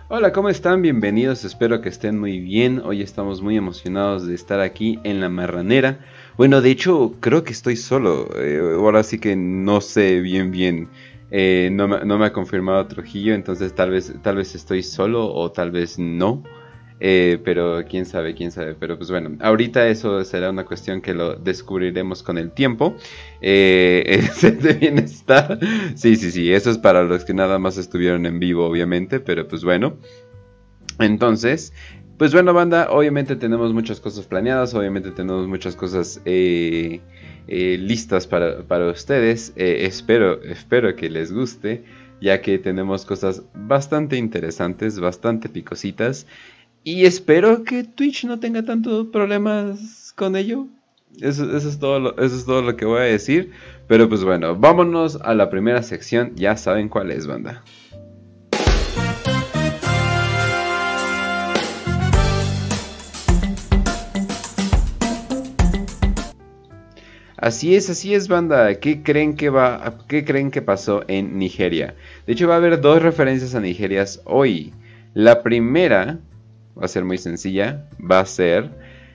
Hola, ¿cómo están? Bienvenidos, espero que estén muy bien. Hoy estamos muy emocionados de estar aquí en La Marranera. Bueno, de hecho, creo que estoy solo. Ahora sí que no sé bien. No me ha confirmado Trujillo, entonces tal vez estoy solo o tal vez no. Pero quién sabe. Pero pues bueno, ahorita eso será una cuestión que lo descubriremos con el tiempo. Set de bienestar. Sí, eso es para los que nada más estuvieron en vivo, obviamente. Pero pues bueno. Entonces, pues bueno, banda, obviamente tenemos muchas cosas planeadas. Obviamente tenemos muchas cosas listas para ustedes. Espero que les guste, ya que tenemos cosas bastante interesantes, bastante picositas. Y espero que Twitch no tenga tantos problemas con ello. Eso es todo lo que voy a decir. Pero pues bueno, vámonos a la primera sección. Ya saben cuál es, banda. Así es, banda. ¿Qué creen que pasó en Nigeria? De hecho, va a haber dos referencias a Nigeria hoy. La primera va a ser muy sencilla. Va a ser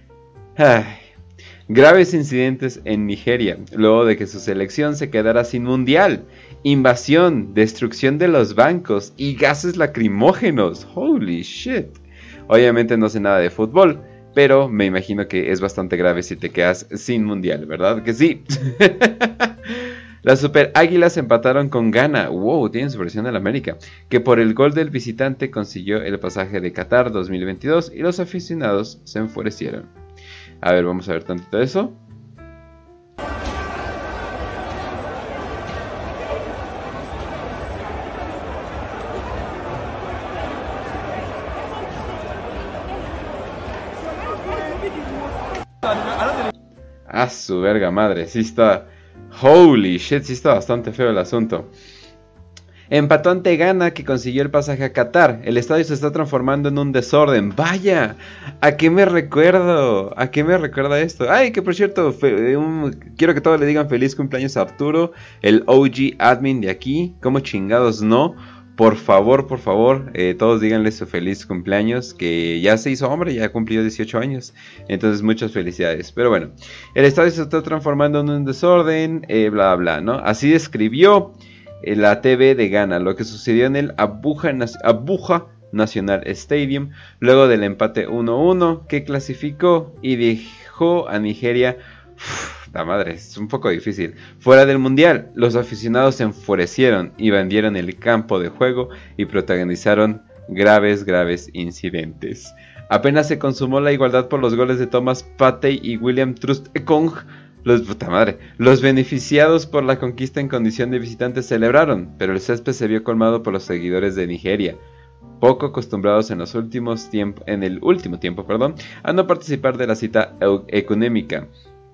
graves incidentes en Nigeria, luego de que su selección se quedara sin mundial. Invasión, destrucción de los bancos y gases lacrimógenos. Holy shit. Obviamente no sé nada de fútbol, pero me imagino que es bastante grave si te quedas sin mundial, ¿verdad que sí? Las Super Águilas empataron con Ghana. Wow, tienen su versión del América. Que por el gol del visitante consiguió el pasaje de Qatar 2022 y los aficionados se enfurecieron. A ver, vamos a ver tantito de eso. A su verga madre, sí está. Holy shit, sí está bastante feo el asunto. Empató ante Ghana, que consiguió el pasaje a Qatar. El estadio se está transformando en un desorden. ¡Vaya! ¿A qué me recuerdo? ¿A qué me recuerda esto? Ay, que por cierto, quiero que todos le digan feliz cumpleaños a Arturo, el OG admin de aquí. ¿Cómo chingados no? Por favor, todos díganle su feliz cumpleaños, que ya se hizo hombre, ya cumplió 18 años. Entonces, muchas felicidades. Pero bueno, el estadio se está transformando en un desorden, bla, ¿no? Así describió la TV de Ghana lo que sucedió en el Abuja National Stadium luego del empate 1-1 que clasificó y dejó a Nigeria, la madre, es un poco difícil, fuera del mundial. Los aficionados se enfurecieron y vendieron el campo de juego y protagonizaron graves incidentes. Apenas se consumó la igualdad por los goles de Thomas Partey y William Troost-Ekong. Los beneficiados por la conquista en condición de visitantes celebraron, pero el césped se vio colmado por los seguidores de Nigeria, poco acostumbrados en el último tiempo, a no participar de la cita ecuménica.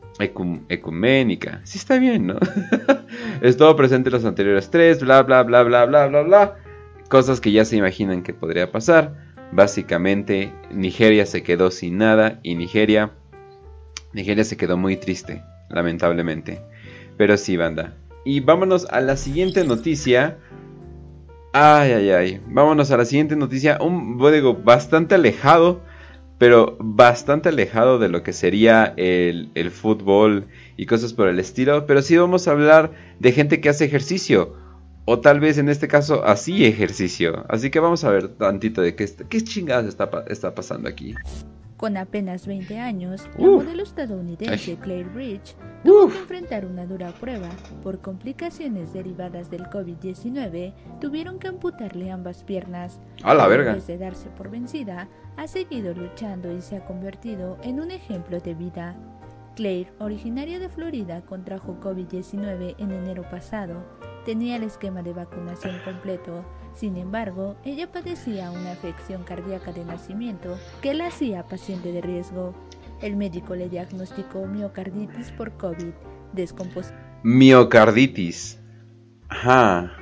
Sí está bien, ¿no? Estuvo presente en los anteriores tres, bla. Cosas que ya se imaginan que podría pasar. Básicamente, Nigeria se quedó sin nada y Nigeria se quedó muy triste, lamentablemente. Pero sí, banda. Y vámonos a la siguiente noticia. Vámonos a la siguiente noticia. Digo, bastante alejado, pero bastante alejado de lo que sería el fútbol y cosas por el estilo. Pero sí vamos a hablar de gente que hace ejercicio, o tal vez en este caso así ejercicio. Así que vamos a ver tantito de qué chingadas está pasando aquí. Con apenas 20 años, la modelo estadounidense Claire Bridge tuvo que enfrentar una dura prueba. Por complicaciones derivadas del COVID-19, tuvieron que amputarle ambas piernas. ¡A la verga! En vez de darse por vencida, ha seguido luchando y se ha convertido en un ejemplo de vida. Claire, originaria de Florida, contrajo COVID-19 en enero pasado. Tenía el esquema de vacunación completo. Sin embargo, ella padecía una afección cardíaca de nacimiento que la hacía paciente de riesgo. El médico le diagnosticó miocarditis por COVID, Miocarditis. Ajá.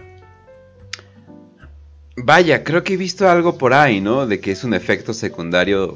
Vaya, creo que he visto algo por ahí, ¿no? De que es un efecto secundario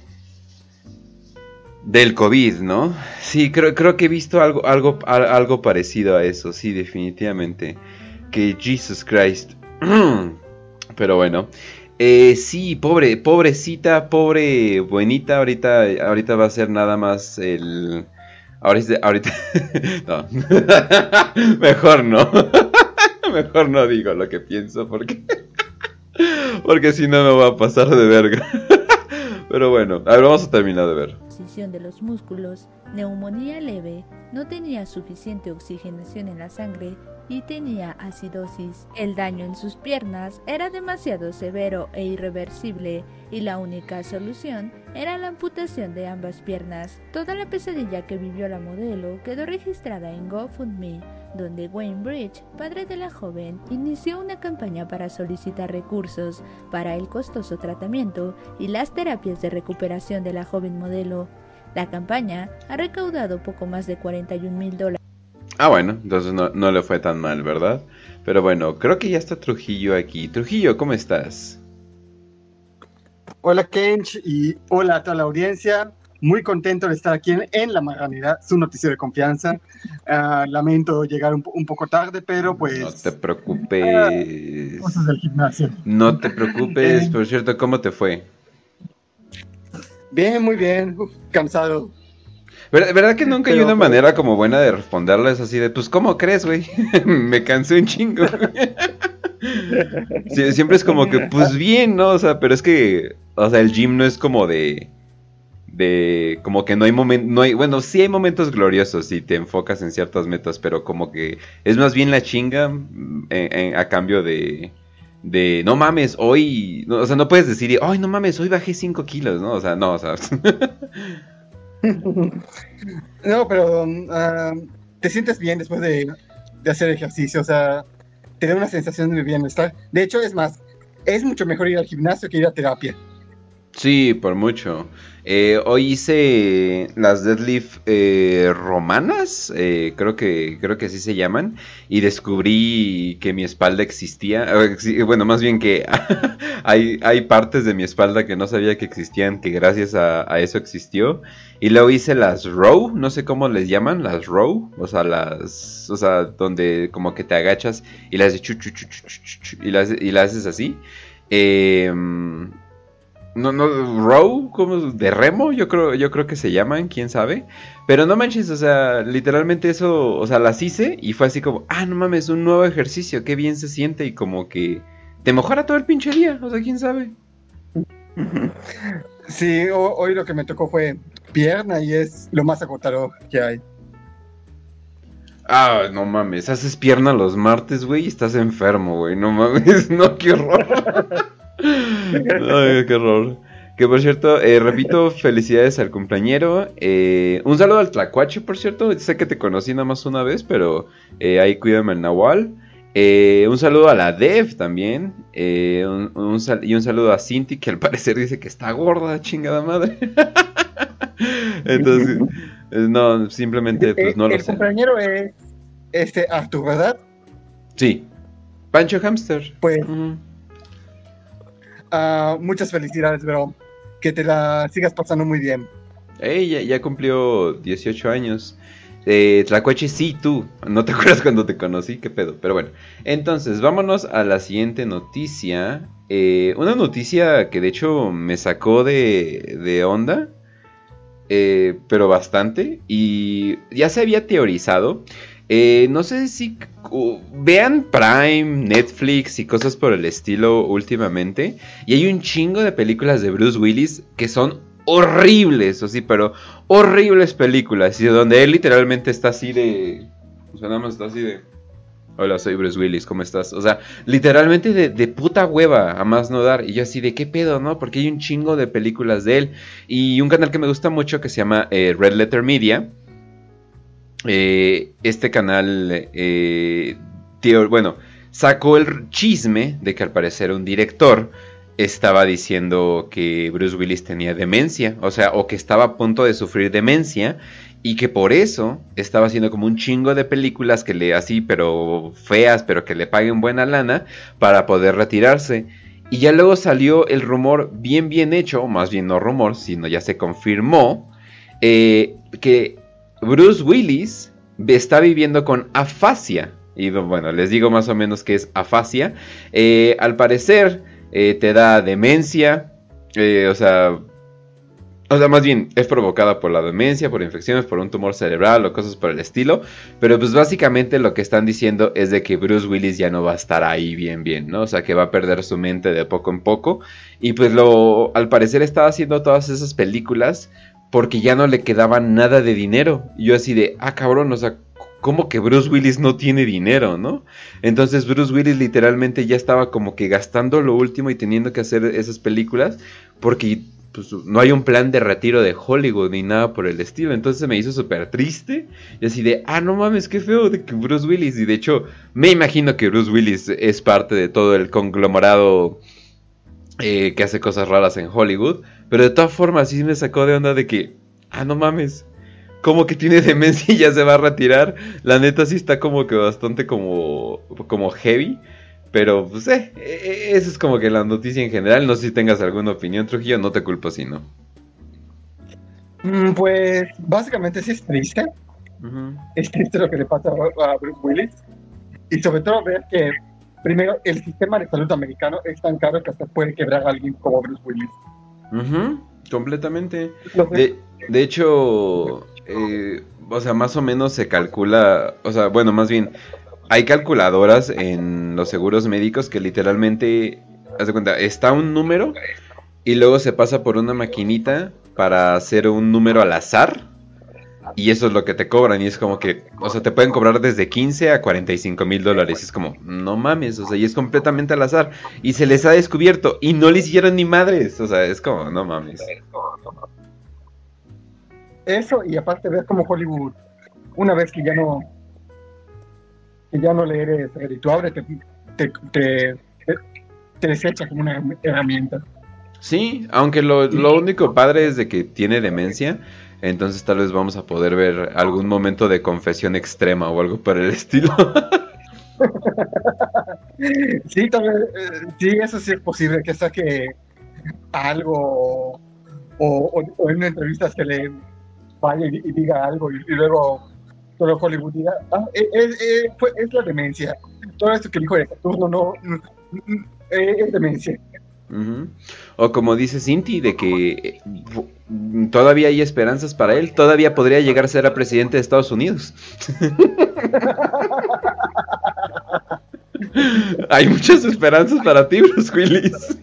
del COVID, ¿no? Sí, creo que he visto algo parecido a eso, sí, definitivamente. Que Jesus Christ. Pero bueno, Sí, pobrecita, pobre buenita, ahorita va a ser nada más el... Ahorita... No. Mejor no. Mejor no digo lo que pienso porque si no me va a pasar de verga. Pero bueno, a ver, vamos a terminar de ver. Posición de los músculos, neumonía leve, no tenía suficiente oxigenación en la sangre y tenía acidosis. El daño en sus piernas era demasiado severo e irreversible y la única solución era la amputación de ambas piernas. Toda la pesadilla que vivió la modelo quedó registrada en GoFundMe, donde Wayne Bridge, padre de la joven, inició una campaña para solicitar recursos para el costoso tratamiento y las terapias de recuperación de la joven modelo. La campaña ha recaudado poco más de $41,000. Ah, bueno, entonces no le fue tan mal, ¿verdad? Pero bueno, creo que ya está Trujillo aquí. Trujillo, ¿cómo estás? Hola Kench y hola a toda la audiencia. Muy contento de estar aquí en La Marranera, su noticiero de confianza. Lamento llegar un poco tarde, pero pues... No te preocupes. Cosas del gimnasio. No te preocupes, por cierto, ¿cómo te fue? Bien, muy bien. Cansado. ¿Verdad que nunca hay una manera como buena de responderles así de, pues, ¿cómo crees, güey? Me cansé un chingo. Sí, siempre es como que, pues bien, ¿no? O sea, pero es que, o sea, el gym no es como de como que no hay bueno, sí hay momentos gloriosos si te enfocas en ciertas metas, pero como que es más bien la chinga a cambio de no mames, hoy, no, o sea, no puedes decir, ay, no mames, hoy bajé 5 kilos, ¿no? O sea, no, o sea... No, pero te sientes bien después de hacer ejercicio, o sea, te da una sensación de bienestar. De hecho, es más, es mucho mejor ir al gimnasio que ir a terapia. Sí, por mucho. Hoy hice las deadlift romanas, creo que así se llaman, y descubrí que mi espalda existía, bueno, más bien que hay partes de mi espalda que no sabía que existían, que gracias a eso existió. Y luego hice las row, no sé cómo les llaman, las row, o sea, donde como que te agachas y las haces y las haces así. No, row, como de remo, yo creo que se llaman, quién sabe. Pero no manches, o sea, literalmente eso, o sea, las hice y fue así como, no mames, un nuevo ejercicio, qué bien se siente y como que te mejora todo el pinche día, o sea, quién sabe. Sí, hoy lo que me tocó fue pierna y es lo más agotador que hay. No mames, haces pierna los martes, güey, y estás enfermo, güey, no mames, no, qué horror. Ay, qué horror. Que por cierto, repito, felicidades al cumpleañero. Un saludo al Tlacuache, por cierto. Sé que te conocí nada más una vez, pero ahí cuídame el Nahual. Un saludo a la Dev también. Y un saludo a Cinti, que al parecer dice que está gorda, chingada madre. Entonces, no, simplemente pues no lo sé. El compañero es Arthur, ¿verdad? Sí, Pancho Hamster. Pues muchas felicidades, bro. Que te la sigas pasando muy bien. Ya cumplió 18 años. Tlacuache, sí, tú. No te acuerdas cuando te conocí, qué pedo. Pero bueno, entonces vámonos a la siguiente noticia. Una noticia que de hecho me sacó de onda. Pero bastante. Y ya se había teorizado. No sé si vean Prime, Netflix y cosas por el estilo últimamente. Y hay un chingo de películas de Bruce Willis que son horribles, o sí, pero horribles películas. Y donde él literalmente está así de... O sea, nada más está así de... Hola, soy Bruce Willis, ¿cómo estás? O sea, literalmente de puta hueva, a más no dar. Y yo así de, ¿qué pedo, no? Porque hay un chingo de películas de él. Y un canal que me gusta mucho que se llama Red Letter Media. Este canal, sacó el chisme de que al parecer un director estaba diciendo que Bruce Willis tenía demencia. O sea, o que estaba a punto de sufrir demencia. Y que por eso estaba haciendo como un chingo de películas que le así, pero feas, pero que le paguen buena lana para poder retirarse. Y ya luego salió el rumor bien hecho, o más bien no rumor, sino ya se confirmó, que Bruce Willis está viviendo con afasia. Y bueno, les digo más o menos qué es afasia. Al parecer, te da demencia, o sea, más bien es provocada por la demencia, por infecciones, por un tumor cerebral o cosas por el estilo. Pero pues básicamente lo que están diciendo es de que Bruce Willis ya no va a estar ahí bien, ¿no? O sea, que va a perder su mente de poco en poco. Y pues al parecer estaba haciendo todas esas películas porque ya no le quedaba nada de dinero. Y yo así de, cabrón, o sea, ¿cómo que Bruce Willis no tiene dinero, no? Entonces Bruce Willis literalmente ya estaba como que gastando lo último y teniendo que hacer esas películas porque pues no hay un plan de retiro de Hollywood ni nada por el estilo. Entonces me hizo súper triste. Y así de, no mames, qué feo de que Bruce Willis. Y de hecho, me imagino que Bruce Willis es parte de todo el conglomerado que hace cosas raras en Hollywood. Pero de todas formas, sí me sacó de onda de que, no mames, como que tiene demencia y ya se va a retirar. La neta sí está como que bastante como heavy. Pero, pues, eso es como que la noticia en general. No sé si tengas alguna opinión, Trujillo. No te culpo si no. Pues, básicamente sí es triste. Es triste lo que le pasa a Bruce Willis. Y sobre todo ver que, primero, el sistema de salud americano es tan caro que hasta puede quebrar a alguien como Bruce Willis. Completamente. De hecho, o sea, más o menos se calcula... O sea, bueno, más bien... Hay calculadoras en los seguros médicos que literalmente, haz de cuenta, está un número y luego se pasa por una maquinita para hacer un número al azar y eso es lo que te cobran y es como que, o sea, te pueden cobrar desde 15 a $45,000 y es como, no mames, o sea, y es completamente al azar y se les ha descubierto y no le hicieron ni madres, o sea, es como, no mames. Eso y aparte ver como Hollywood, una vez que ya no le eres redituable, te desecha como una herramienta. Sí, aunque lo único padre es de que tiene demencia, entonces tal vez vamos a poder ver algún momento de confesión extrema o algo por el estilo. Sí, también, sí, eso sí es posible, que saque algo o en una entrevista que le vaya y diga algo y luego todo Hollywood diga, es la demencia. Todo esto que dijo de Saturno es demencia. O como dice Cinti, de que todavía hay esperanzas para él, todavía podría llegar a ser presidente de Estados Unidos. Hay muchas esperanzas para ti, Bruce Willis.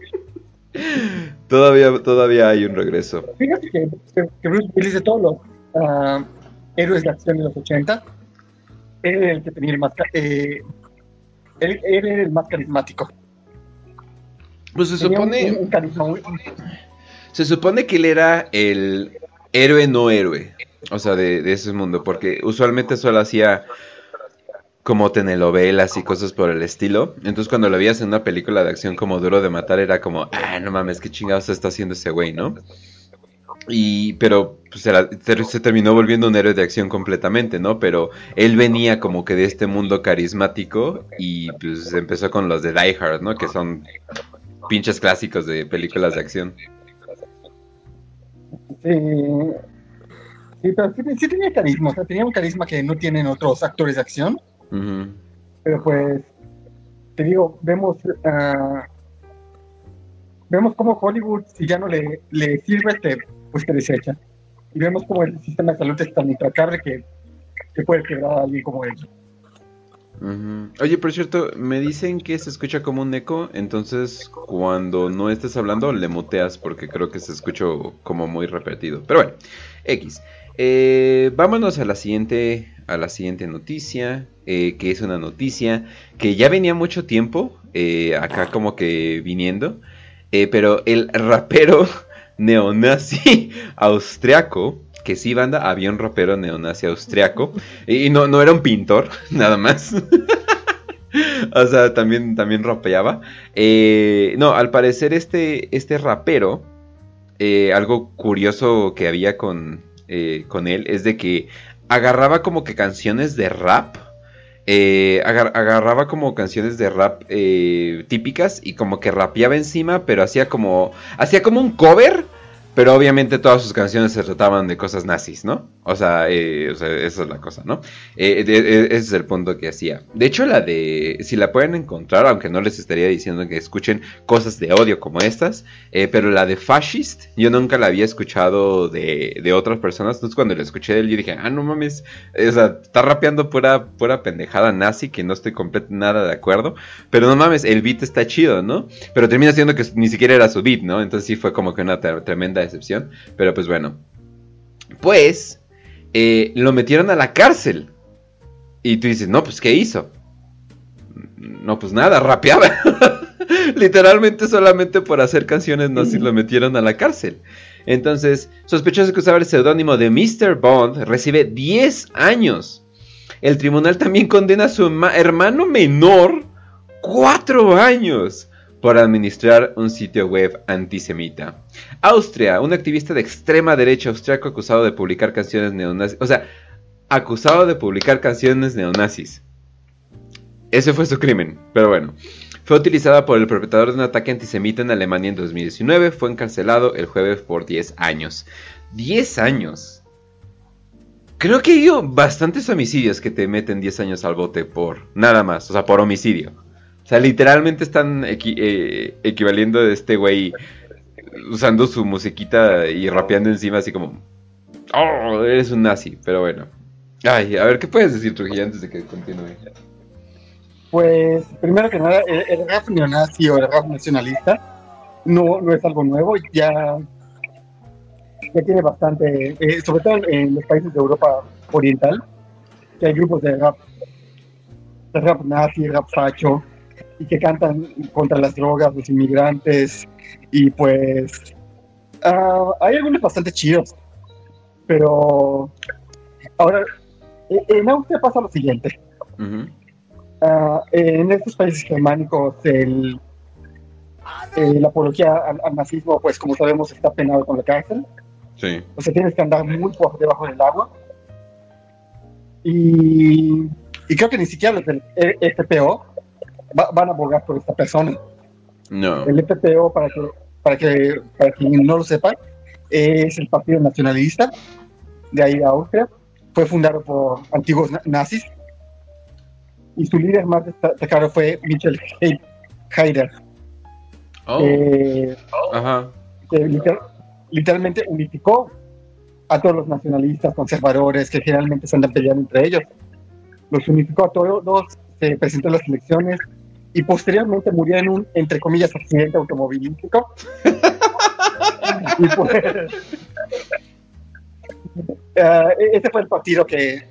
Todavía hay un regreso. Fíjate que Bruce Willis, de todos los héroes de acción de los 80, era el que tenía él era el más carismático. Pues se supone que él era el héroe no héroe, o sea, de ese mundo, porque usualmente solo hacía como telenovelas y cosas por el estilo. Entonces cuando lo veías en una película de acción como Duro de Matar era como, no mames, qué chingados está haciendo ese güey, ¿no? Pero pues, se terminó volviendo un héroe de acción completamente, ¿no? Pero él venía como que de este mundo carismático y pues empezó con los de Die Hard, ¿no? Que son pinches clásicos de películas de acción. Sí, pero sí tenía carisma, o sea, tenía un carisma que no tienen otros actores de acción. Pero pues, te digo, vemos cómo Hollywood, si ya no le sirve, pues te desecha. Y vemos cómo el sistema de salud es tan implacable que puede quebrar a alguien como él. Oye, por cierto, me dicen que se escucha como un eco, entonces cuando no estés hablando le muteas porque creo que se escuchó como muy repetido. Pero bueno, X. Vámonos a la siguiente noticia, que es una noticia que ya venía mucho tiempo acá como que viniendo, pero el rapero neonazi austriaco, que sí, banda, había un rapero neonazi austriaco y no era un pintor, nada más. O sea, también rapeaba. No, al parecer este rapero, algo curioso que había con él es de que agarraba como que canciones de rap. Agarraba como canciones de rap típicas y como que rapeaba encima, pero hacía como un cover Pero obviamente todas sus canciones se trataban de cosas nazis, ¿no? O sea, esa es la cosa, ¿no? Ese es el punto que hacía. De hecho, si la pueden encontrar, aunque no les estaría diciendo que escuchen cosas de odio como estas, pero la de Fascist, yo nunca la había escuchado de otras personas. Entonces cuando la escuché de él, yo dije, no mames, o sea, está rapeando pura pendejada nazi, que no estoy nada de acuerdo. Pero no mames, el beat está chido, ¿no? Pero termina siendo que ni siquiera era su beat, ¿no? Entonces sí fue como que una tremenda decepción, pero pues bueno. Pues lo metieron a la cárcel. Y tú dices, no, pues ¿qué hizo? No, pues nada, rapeaba. Literalmente solamente por hacer canciones nazis lo metieron a la cárcel. Entonces, sospechoso que usaba el seudónimo de Mr. Bond recibe 10 años. El tribunal también condena a su hermano menor 4 años por administrar un sitio web antisemita. Austria, un activista de extrema derecha austriaco acusado de publicar canciones neonazis. O sea, acusado de publicar canciones neonazis. Ese fue su crimen, pero bueno. Fue utilizada por el perpetrador de un ataque antisemita en Alemania en 2019. Fue encarcelado el jueves por 10 años. 10 años. Creo que hay bastantes homicidios que te meten 10 años al bote por nada más. O sea, por homicidio. O sea, literalmente están equivaliendo de este güey usando su musiquita y rapeando encima así como... Oh, eres un nazi, pero bueno. Ay, a ver, ¿qué puedes decir, Trujillo, antes de que continúe? Pues, primero que nada, el rap neonazi o el rap nacionalista no es algo nuevo, ya tiene bastante, sobre todo en los países de Europa Oriental, que hay grupos de rap nazi, rap facho, y que cantan contra las drogas, los inmigrantes, y pues hay algunos bastante chidos, pero ahora en Austria pasa lo siguiente. Uh-huh. En estos países germánicos la apología al nazismo, pues como sabemos, está penado con la cárcel. Sí. O sea, tienes que andar muy por debajo del agua. Y creo que ni siquiera los del FPO van a abogar por esta persona. No. El FPO, para quien no lo sepa, es el Partido Nacionalista de ahí de Austria. Fue fundado por antiguos nazis. Y su líder más destacado fue Michel Haider. Ajá. Que literalmente unificó a todos los nacionalistas conservadores que generalmente se andan peleando entre ellos. Los unificó a todos, se presentó en las elecciones y posteriormente murió en un, entre comillas, accidente automovilístico. Y pues, ese fue el partido que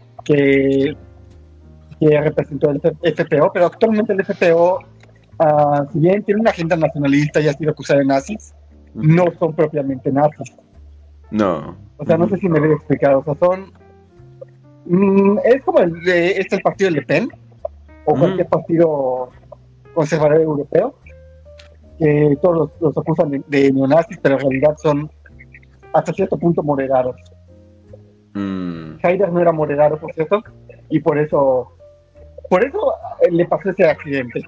representó el FPO, pero actualmente el FPO, si bien tiene una agenda nacionalista y ha sido acusado de nazis, no son propiamente nazis. No. O sea, no sé si me he explicado. O sea, son... es como el partido de Le Pen, o cualquier partido conservador europeo, que todos los acusan de neonazis, pero en realidad son hasta cierto punto moderados. Haider no era moderado, por cierto, y por eso le pasó ese accidente.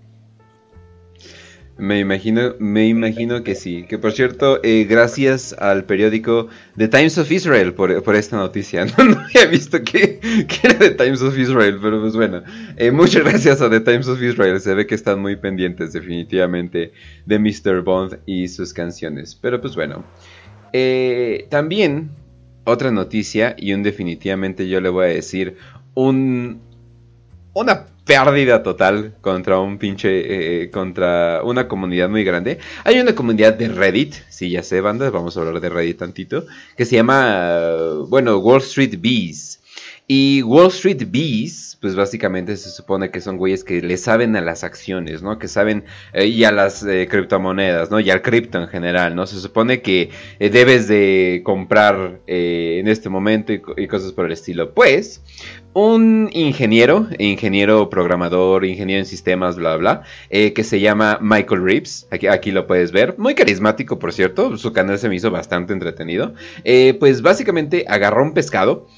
Me imagino que sí. Que por cierto, gracias al periódico The Times of Israel por esta noticia. No había visto que era The Times of Israel, pero pues bueno. Muchas gracias a The Times of Israel. Se ve que están muy pendientes definitivamente de Mr. Bond y sus canciones. Pero pues bueno. También otra noticia, y definitivamente yo le voy a decir una pérdida total contra un contra una comunidad muy grande. Hay una comunidad de Reddit, sí, ya sé, banda, vamos a hablar de Reddit tantito, que se llama, Wall Street Bees. Y Wall Street Bees, pues básicamente se supone que son güeyes que le saben a las acciones, ¿no? Que saben y a las criptomonedas, ¿no? Y al cripto en general, ¿no? Se supone que debes de comprar en este momento y cosas por el estilo. Pues, un ingeniero programador, ingeniero en sistemas, bla, bla, que se llama Michael Reeves, aquí lo puedes ver, muy carismático, por cierto, su canal se me hizo bastante entretenido. Pues básicamente agarró un pescado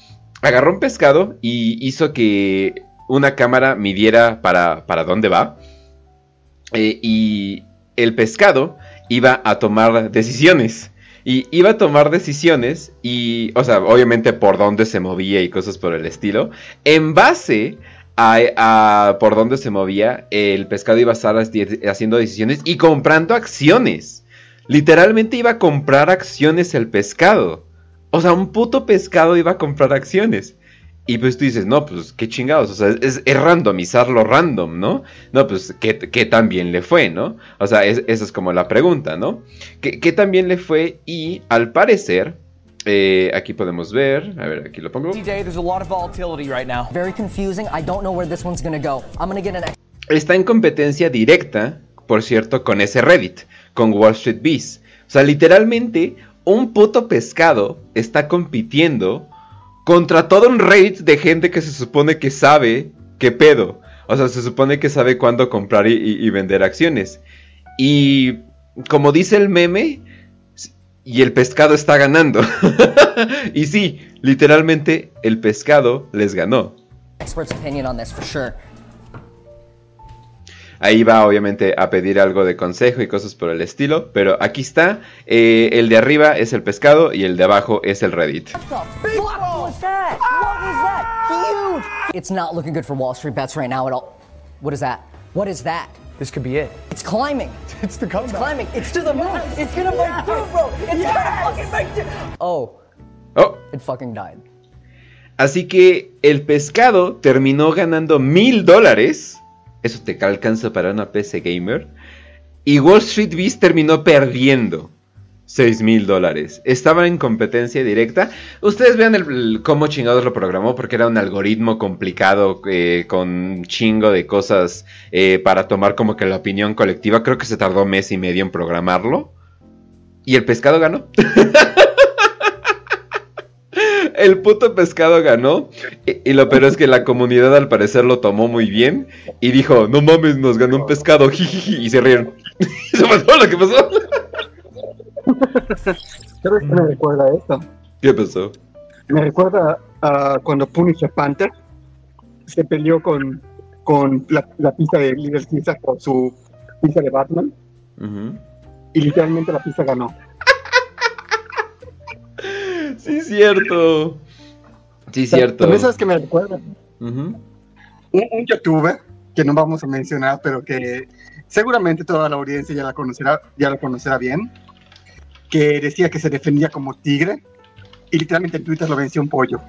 y hizo que una cámara midiera para dónde va. Y el pescado iba a tomar decisiones. Y iba a tomar decisiones y, o sea, obviamente por dónde se movía y cosas por el estilo. En base a por dónde se movía, el pescado iba a estar haciendo decisiones y comprando acciones. Literalmente iba a comprar acciones el pescado. O sea, un puto pescado iba a comprar acciones. Y pues tú dices, no, pues qué chingados, o sea, es randomizar lo random, ¿no? No, pues ¿qué tan bien le fue, ¿no? O sea, esa es como la pregunta, ¿no? ¿Qué tan bien le fue? Y al parecer, aquí podemos ver, a ver, aquí lo pongo. Está en competencia directa, por cierto, con ese Reddit, con Wall Street Biz. O sea, literalmente, un puto pescado está compitiendo contra todo un Reddit de gente que se supone que sabe qué pedo. O sea, se supone que sabe cuándo comprar y vender acciones. Y como dice el meme, y el pescado está ganando. Y sí, literalmente el pescado les ganó. Ahí va obviamente a pedir algo de consejo y cosas por el estilo. Pero aquí está, el de arriba es el pescado y el de abajo es el Reddit. It's not looking good for Wall Street bets right now at all. What is that? What is that? This could be it. It's climbing. It's the comeback. It's climbing. It's to the moon. It's gonna break through, bro. It's gonna fucking break through. Oh. It fucking died. Así que el pescado terminó ganando $1000. Eso te alcanza para una PC gamer. Y Wall Street Biz terminó perdiendo $6000. Estaba en competencia directa. Ustedes vean cómo chingados lo programó, porque era un algoritmo complicado con un chingo de cosas para tomar como que la opinión colectiva. Creo que se tardó 1 mes y medio en programarlo. Y el pescado ganó. El puto pescado ganó. Y lo peor es que la comunidad al parecer lo tomó muy bien. Y dijo, no mames, nos ganó un pescado. Jijiji. Y se rieron. ¿Se pasó lo que pasó? ¿Sabes qué me recuerda a esto? ¿Qué pasó? Me recuerda a cuando Punisher Panther se peleó con la pista de Little Caesar por su pista de Batman. Y literalmente la pista ganó. Sí, cierto. Sí, cierto. También sabes que me recuerda. Un youtuber que no vamos a mencionar, pero que seguramente toda la audiencia ya lo conocerá bien, que decía que se defendía como tigre y literalmente en Twitter lo venció un pollo.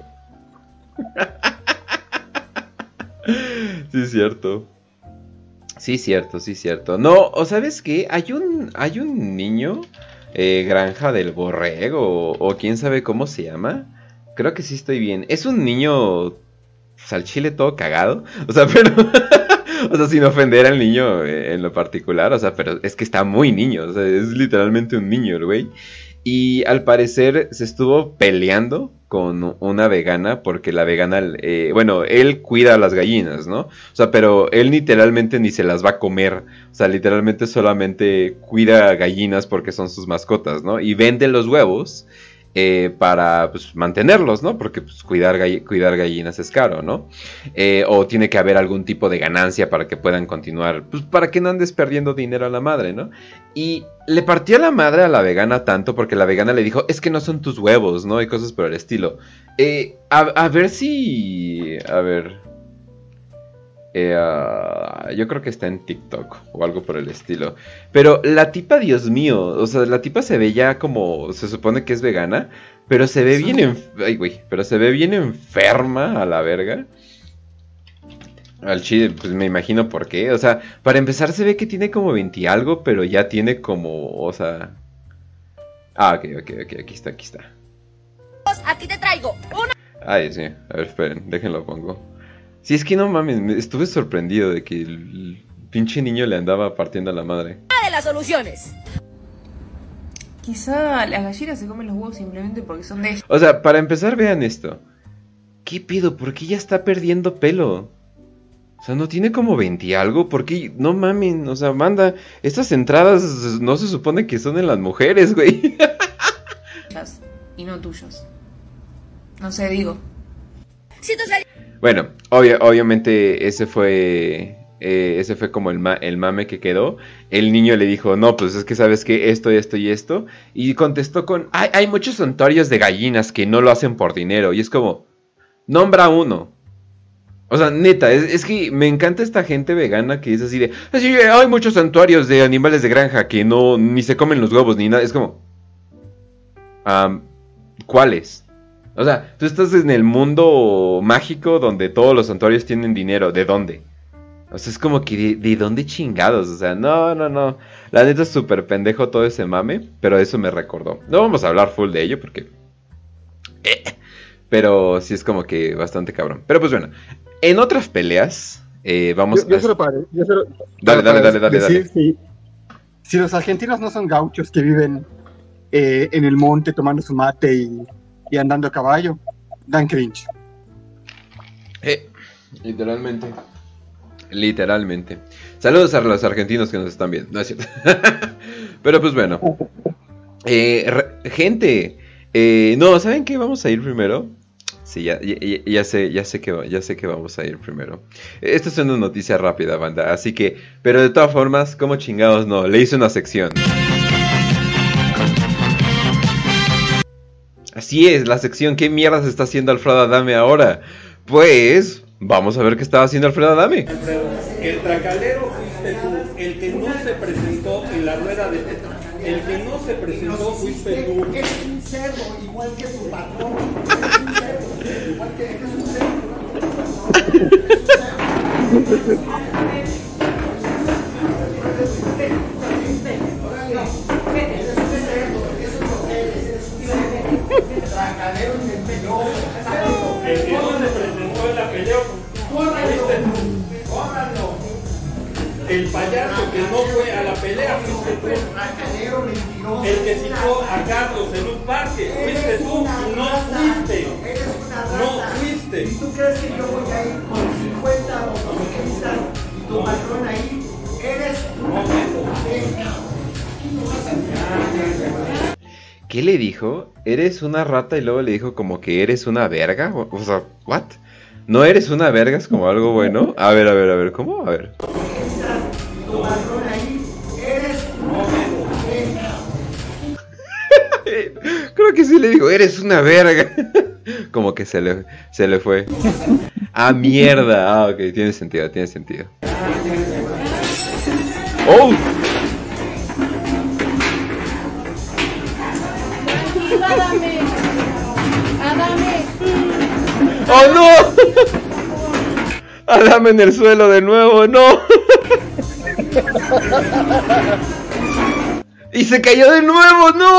Sí, cierto. Sí, cierto. No, o ¿sabes qué? Hay un niño, Granja del Borrego, o quién sabe cómo se llama. Creo que sí estoy bien. Es un niño al chile todo cagado. O sea, pero... O sea, sin ofender al niño en lo particular, o sea, pero es que está muy niño, o sea, es literalmente un niño el güey. Y al parecer se estuvo peleando con una vegana, porque la vegana, bueno, él cuida a las gallinas, ¿no? O sea, pero él literalmente ni se las va a comer, o sea, literalmente solamente cuida gallinas porque son sus mascotas, ¿no? Y vende los huevos para pues, mantenerlos, ¿no? Porque pues, cuidar gallinas es caro, ¿no? O tiene que haber algún tipo de ganancia para que puedan continuar, pues para que no andes perdiendo dinero a la madre, ¿no? Y le partió la madre a la vegana tanto porque la vegana le dijo, es que no son tus huevos, ¿no? Y cosas por el estilo. A ver si... A ver... yo creo que está en TikTok o algo por el estilo. Pero la tipa, Dios mío, o sea, la tipa se ve ya como, se supone que es vegana, pero se ve bien pero se ve bien enferma a la verga. Al chile, pues me imagino por qué. O sea, para empezar se ve que tiene como 20 y algo, pero ya tiene como, o sea... ok, aquí está. Aquí te traigo una... Ay, sí, a ver, esperen, déjenlo pongo. Sí, es que no mames, estuve sorprendido de que el pinche niño le andaba partiendo a la madre. de las soluciones. Quizá las gallinas se comen los huevos simplemente porque son de ellos. O sea, para empezar, vean esto. ¿Qué pedo? ¿Por qué ya está perdiendo pelo? O sea, ¿no tiene como 20 y algo? ¿Por qué? No mamen, o sea, manda. Estas entradas no se supone que son en las mujeres, güey. Y no tuyos. No sé, digo. Si tus Bueno, obviamente ese fue ese fue como el mame que quedó. El niño le dijo, no, pues es que sabes que esto y esto. Y contestó con, hay muchos santuarios de gallinas que no lo hacen por dinero. Y es como, nombra uno. O sea, neta, es que me encanta esta gente vegana que es así de, hay muchos santuarios de animales de granja que no, ni se comen los huevos ni nada. Es como, ¿cuáles? O sea, tú estás en el mundo mágico donde todos los santuarios tienen dinero. ¿De dónde? O sea, es como que ¿de dónde chingados? O sea, no. La neta es súper pendejo todo ese mame, pero eso me recordó. No vamos a hablar full de ello porque... pero sí es como que bastante cabrón. Pero pues bueno, en otras peleas vamos yo solo para... Dale. Si los argentinos no son gauchos que viven en el monte tomando su mate y andando a caballo, dan cringe. Literalmente. Saludos a los argentinos que nos están viendo. No es cierto. Pero pues bueno. Gente. No, ¿saben qué? Vamos a ir primero. Sí, ya sé que vamos a ir primero. Esta es una noticia rápida, banda. Así que, pero de todas formas, ¿cómo chingados no? Le hice una sección. Así es, la sección. ¿Qué mierda se está haciendo Alfredo Adame ahora? Pues... vamos a ver qué estaba haciendo Alfredo Adame. El tracalero fuiste tú, el que no se presentó en la rueda de... El que no se presentó fuiste tú. Eres un cerdo, igual que tu patrón. Eres un cerdo, igual que eres un tracalero y mentiroso. El que no se presentó en la pelea fuiste tú. El payaso que no fue a la pelea fuiste tú. El que citó a Carlos en un parque fuiste tú y no fuiste. No fuiste. ¿Y tú crees que yo voy a ir con 50 motociclistas y tu patrón ahí? Eres una ¿Qué le dijo? ¿Eres una rata? Y luego le dijo como que eres una verga. O sea, ¿what? ¿No eres una verga? Es como algo bueno. A ver, ¿cómo? A ver. Creo que sí le dijo, eres una verga. Como que se le fue. Ah, mierda. Ah, ok, tiene sentido. ¡Oh! ¡Adame! ¡Oh, no! Adame en el suelo de nuevo, ¡no! ¡Y se cayó de nuevo, no!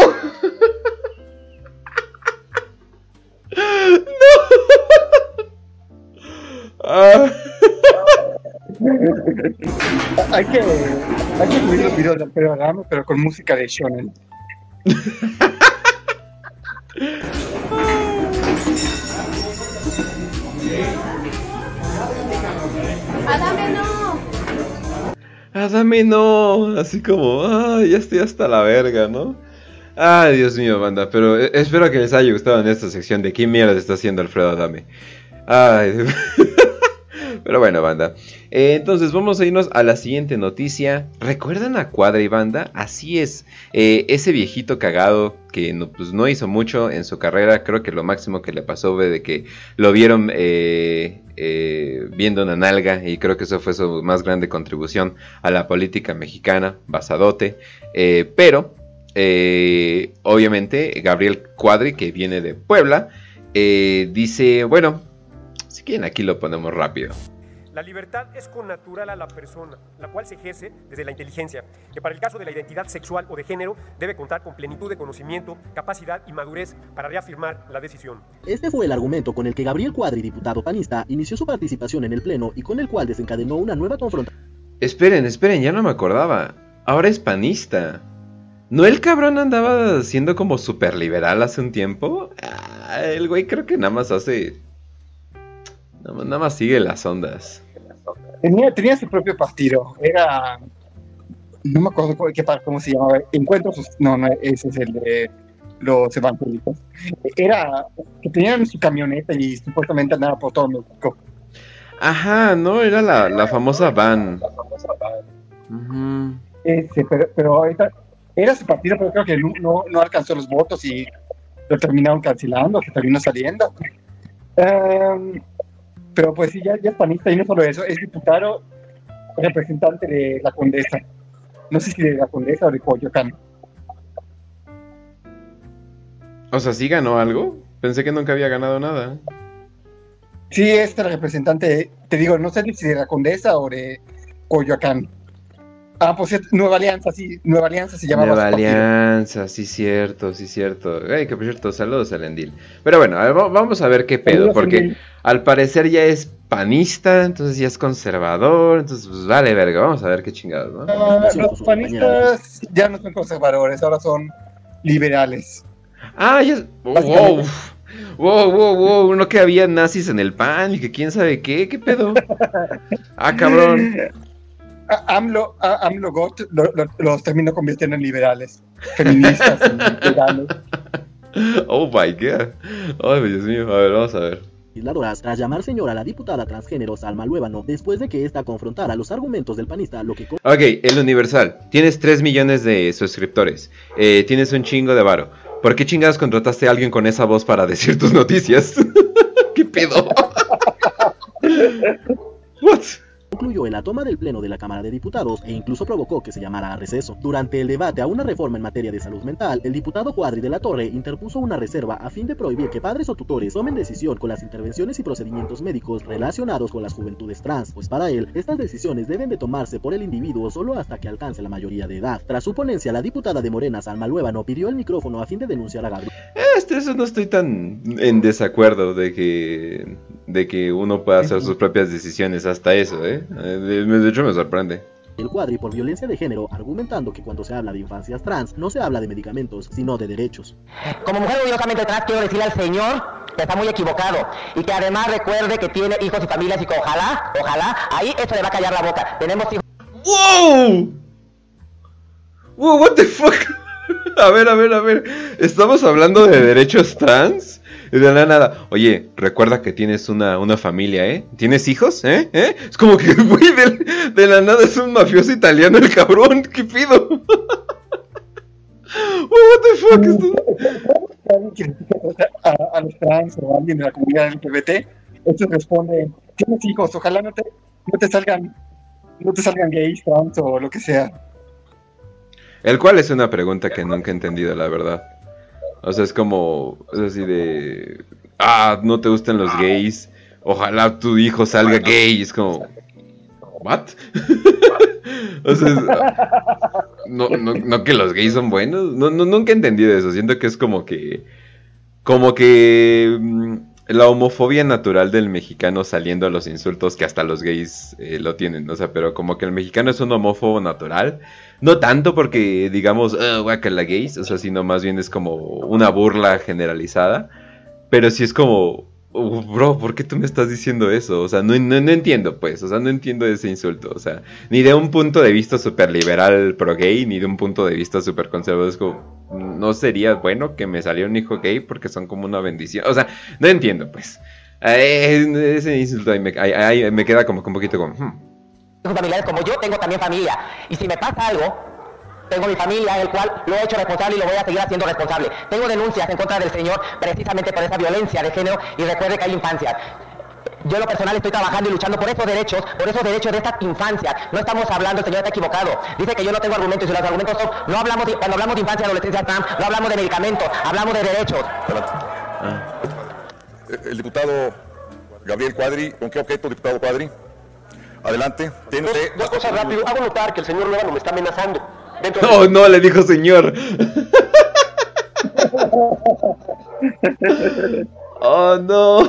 ¡No! Hay que subir los videos de Alfredo Adame, pero con música de shonen. Adame no, así como, ya estoy hasta la verga, ¿no? Ay, Dios mío, banda, pero espero que les haya gustado en esta sección de qué mierda está haciendo Alfredo Adame. Ay, pero bueno, banda. Entonces vamos a irnos a la siguiente noticia. ¿Recuerdan a Cuadri, banda? Así es. Ese viejito cagado que no hizo mucho en su carrera. Creo que lo máximo que le pasó fue de que lo vieron viendo una nalga. Y creo que eso fue su más grande contribución a la política mexicana. Basadote. Pero obviamente Gabriel Cuadri, que viene de Puebla, dice, bueno, si quieren aquí lo ponemos rápido. La libertad es connatural a la persona, la cual se ejerce desde la inteligencia, que para el caso de la identidad sexual o de género debe contar con plenitud de conocimiento, capacidad y madurez para reafirmar la decisión. Este fue el argumento con el que Gabriel Cuadri, diputado panista, inició su participación en el pleno y con el cual desencadenó una nueva confrontación. Esperen, ya no me acordaba. Ahora es panista. ¿No el cabrón andaba siendo como súper liberal hace un tiempo? El güey creo que nada más sigue las ondas. Tenía su propio partido. Era... No me acuerdo cómo se llamaba. Encuentros... No, ese es el de los evangélicos. Era que tenían su camioneta y supuestamente andaba por todo México. Ajá, no, era la famosa van. Pero ahorita era su partido, pero creo que no alcanzó los votos y lo terminaron cancelando, que terminó saliendo. Pero pues sí, ya es panista y no solo eso, es diputado representante de la Condesa. No sé si de la Condesa o de Coyoacán. O sea, ¿sí ganó algo? Pensé que nunca había ganado nada. Sí, es el representante, te digo, no sé si de la Condesa o de Coyoacán. Pues Nueva Alianza, sí, Nueva Alianza se llamaba. Nueva Alianza, sí cierto. Ay, que por cierto, saludos a Lendil. Pero bueno, vamos a ver qué pedo, porque al parecer ya es panista, entonces ya es conservador, entonces pues vale verga, vamos a ver qué chingados, ¿no? Los panistas ya no son conservadores, ahora son liberales. Ah, ya... Wow, no que había nazis en el PAN y que quién sabe qué pedo. Ah, cabrón. AMLO GOT los terminó convirtiendo en liberales, feministas y veganos. Oh my god. Ay, Dios mío, a ver, vamos a ver. Legisladoras tras llamar señora a la diputada transgénero Salma Luébano después de que ésta confrontara los argumentos del panista, lo que... Ok, El Universal, tienes 3 millones de suscriptores, tienes un chingo de varo. ¿Por qué chingados contrataste a alguien con esa voz para decir tus noticias? ¿Qué pedo? What? Concluyó en la toma del pleno de la Cámara de Diputados e incluso provocó que se llamara a receso. Durante el debate a una reforma en materia de salud mental, el diputado Cuadri de la Torre interpuso una reserva a fin de prohibir que padres o tutores tomen decisión con las intervenciones y procedimientos médicos relacionados con las juventudes trans, pues para él, estas decisiones deben de tomarse por el individuo solo hasta que alcance la mayoría de edad. Tras su ponencia, la diputada de Morena, Salma Luébano, pidió el micrófono a fin de denunciar a Gabriel. Eso no estoy tan en desacuerdo de que uno pueda hacer sus propias decisiones, hasta eso, de hecho me sorprende. El Cuadri por violencia de género, argumentando que cuando se habla de infancias trans, no se habla de medicamentos, sino de derechos. Como mujer orgullosamente trans, quiero decirle al señor que está muy equivocado y que además recuerde que tiene hijos y familias y que ojalá, ahí esto le va a callar la boca. Tenemos hijos... ¡Wow! ¡Wow, what the fuck! A ver, ¿estamos hablando de derechos trans? Y de la nada, oye, recuerda que tienes una familia, ¿eh? ¿Tienes hijos, eh? Es como que, güey, de la nada es un mafioso italiano el cabrón, ¿qué pido? What the fuck is a los trans o a alguien de la comunidad LGBT, estos responden, ¿tienes hijos? Ojalá no te salgan gays, trans o lo que sea. El cual es una pregunta que nunca he entendido, la verdad. O sea, es como, es así de... no te gustan los gays. Ojalá tu hijo salga gay. Es como... ¿What? O sea, no que los gays son buenos. Nunca he entendido eso. Siento que es como que la homofobia natural del mexicano saliendo a los insultos que hasta los gays lo tienen. O sea, pero como que el mexicano es un homófobo natural. No tanto porque digamos, guácala gays, o sea, sino más bien es como una burla generalizada. Pero sí es como, bro, ¿por qué tú me estás diciendo eso? O sea, no entiendo, pues, o sea, no entiendo ese insulto. O sea, ni de un punto de vista súper liberal pro gay, ni de un punto de vista súper conservador. Es como, no sería bueno que me saliera un hijo gay porque son como una bendición. O sea, no entiendo, pues. Ese insulto ahí me queda como un poquito como... familiares como yo tengo también familia, y si me pasa algo, tengo mi familia, el cual lo he hecho responsable y lo voy a seguir haciendo responsable. Tengo denuncias en contra del señor precisamente por esa violencia de género, y recuerde que hay infancias. Yo en lo personal estoy trabajando y luchando por esos derechos de estas infancias. No estamos hablando, el señor está equivocado. Dice que yo no tengo argumentos, y los argumentos son, cuando hablamos de infancia y adolescencia trans, no hablamos de medicamentos, hablamos de derechos. El diputado Gabriel Cuadri, ¿con qué objeto, diputado Cuadri? Adelante. Dos cosas rápido. Hago notar que el señor Luébano me está amenazando. No, le dijo señor. Oh, no.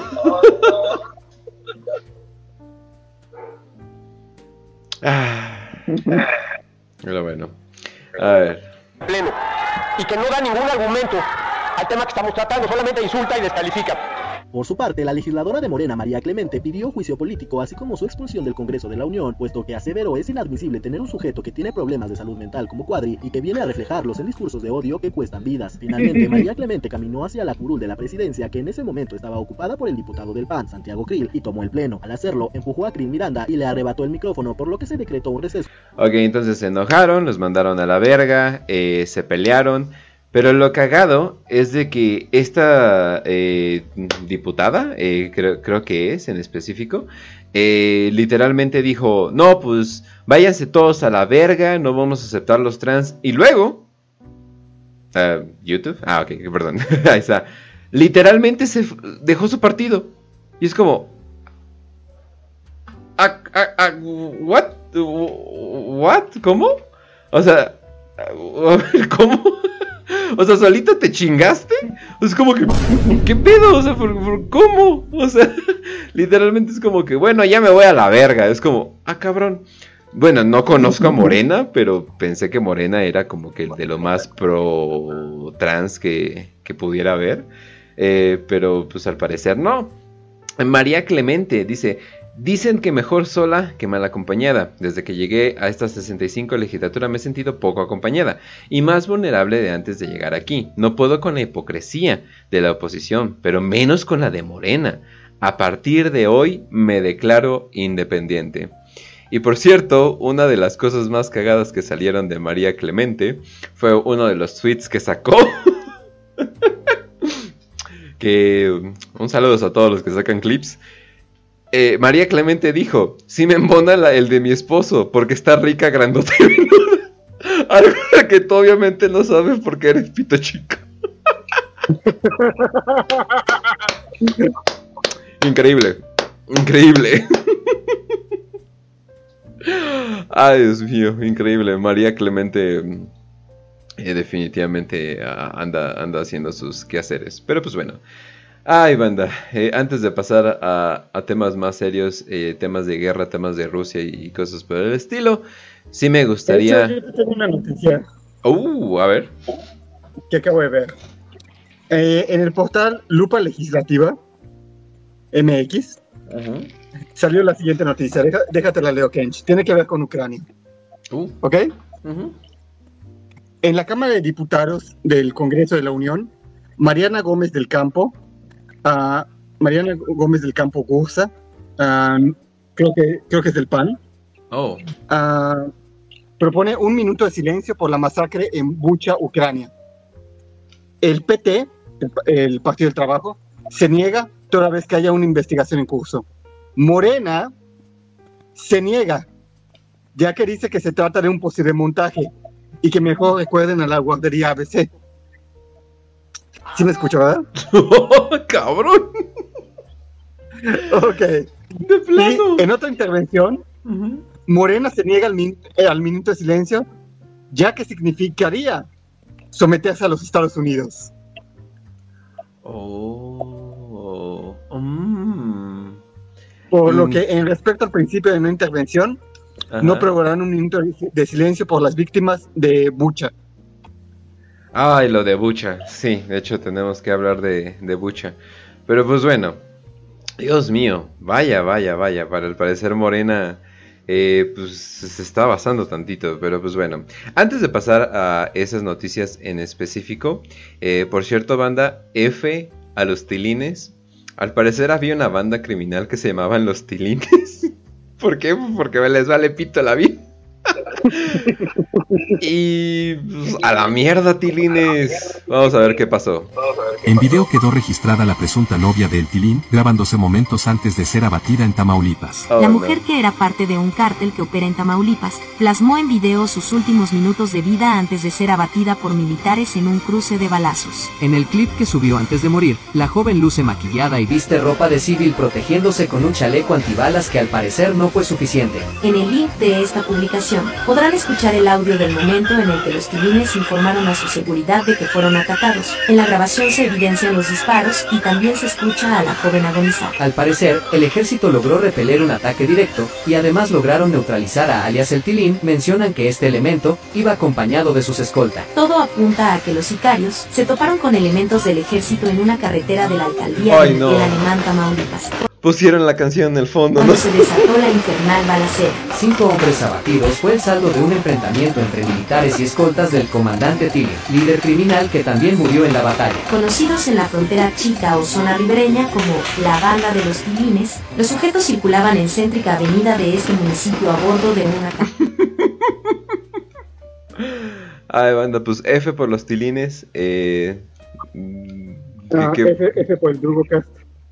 Pero bueno. A ver. Y que no da ningún argumento al tema que estamos tratando, solamente insulta y descalifica. Por su parte, la legisladora de Morena, María Clemente, pidió juicio político, así como su expulsión del Congreso de la Unión, puesto que aseveró es inadmisible tener un sujeto que tiene problemas de salud mental como Cuadri y que viene a reflejarlos en discursos de odio que cuestan vidas. Finalmente, María Clemente caminó hacia la curul de la presidencia, que en ese momento estaba ocupada por el diputado del PAN, Santiago Krill, y tomó el pleno. Al hacerlo, empujó a Krill Miranda y le arrebató el micrófono, por lo que se decretó un receso. Ok, entonces se enojaron, los mandaron a la verga, se pelearon. Pero lo cagado es de que esta diputada, creo que es en específico, literalmente dijo, no, pues váyanse todos a la verga, no vamos a aceptar los trans. Y luego, YouTube, ok, perdón, ahí está, literalmente dejó su partido. Y es como, ¿what? ¿Cómo? O sea, ¿cómo? O sea, ¿solito te chingaste? Es como que, ¿qué pedo? O sea, ¿cómo? O sea, literalmente es como que, bueno, ya me voy a la verga. Es como, cabrón. Bueno, no conozco a Morena, pero pensé que Morena era como que de lo más pro trans que pudiera haber. Pero pues al parecer no. María Clemente dice... Dicen que mejor sola que mal acompañada. Desde que llegué a esta 65 legislatura me he sentido poco acompañada y más vulnerable de antes de llegar aquí. No puedo con la hipocresía de la oposición, pero menos con la de Morena. A partir de hoy me declaro independiente. Y por cierto, una de las cosas más cagadas que salieron de María Clemente fue uno de los tweets que sacó. Un saludo a todos los que sacan clips. María Clemente dijo, sí me embona el de mi esposo, porque está rica, grandota y venuda. Algo que tú obviamente no sabes porque eres pito chico. Increíble. Ay, Dios mío, increíble. María Clemente definitivamente anda haciendo sus quehaceres. Pero pues bueno. Ay, banda, antes de pasar a temas más serios, temas de guerra, temas de Rusia y cosas por el estilo, sí me gustaría... De hecho, yo tengo una noticia. A ver. Que acabo de ver. En el portal Lupa Legislativa MX salió la siguiente noticia. Déjate la leo, Kench. Tiene que ver con Ucrania. ¿Ok? En la Cámara de Diputados del Congreso de la Unión, Mariana Gómez del Campo Gursa, creo que es del PAN, propone 1 minuto de silencio por la masacre en Bucha, Ucrania. El PT, el Partido del Trabajo, se niega toda vez que haya una investigación en curso. Morena se niega, ya que dice que se trata de un posible montaje y que mejor recuerden a la guardería ABC. ¿Sí me escucho, verdad? ¡Cabrón! Ok. De plano. Y en otra intervención, Morena se niega al minuto de silencio, ya que significaría someterse a los Estados Unidos. Por lo que, en respecto al principio de no intervención, no provocarán un minuto de silencio por las víctimas de Bucha. Ay, lo de Bucha, sí, de hecho tenemos que hablar de Bucha. Pero pues bueno, Dios mío, vaya, para el parecer Morena pues se está basando tantito, pero pues bueno. Antes de pasar a esas noticias en específico, por cierto, banda, F a los tilines. Al parecer había una banda criminal que se llamaban los tilines. ¿Por qué? Porque les vale pito la vida. Y pues, a la mierda, tilines. Vamos a ver qué pasó. En video quedó registrada la presunta novia del tilín, grabándose momentos antes de ser abatida en Tamaulipas. La mujer, que era parte de un cártel que opera en Tamaulipas, plasmó en video sus últimos minutos de vida antes de ser abatida por militares en un cruce de balazos. En el clip que subió antes de morir, la joven luce maquillada y viste ropa de civil protegiéndose con un chaleco antibalas que al parecer no fue suficiente. En el link de esta publicación Podrán escuchar el audio del momento en el que los tilines informaron a su seguridad de que fueron atacados. En la grabación se evidencian los disparos y también se escucha a la joven agonizar. Al parecer, el ejército logró repeler un ataque directo y además lograron neutralizar a alias el Tilín. Mencionan que este elemento iba acompañado de sus escoltas. Todo apunta a que los sicarios se toparon con elementos del ejército en una carretera de la alcaldía del Alemán, Tamaulipas. Pusieron la canción en el fondo, cuando se desató la infernal balacera. 5 hombres abatidos fue el saldo de un enfrentamiento entre militares y escoltas del comandante Tilín, líder criminal que también murió en la batalla. Conocidos en la frontera chica o zona ribereña como la banda de los tilines, los sujetos circulaban en céntrica avenida de este municipio a bordo de una Ay, banda, pues F por los tilines. F por el Drugocast.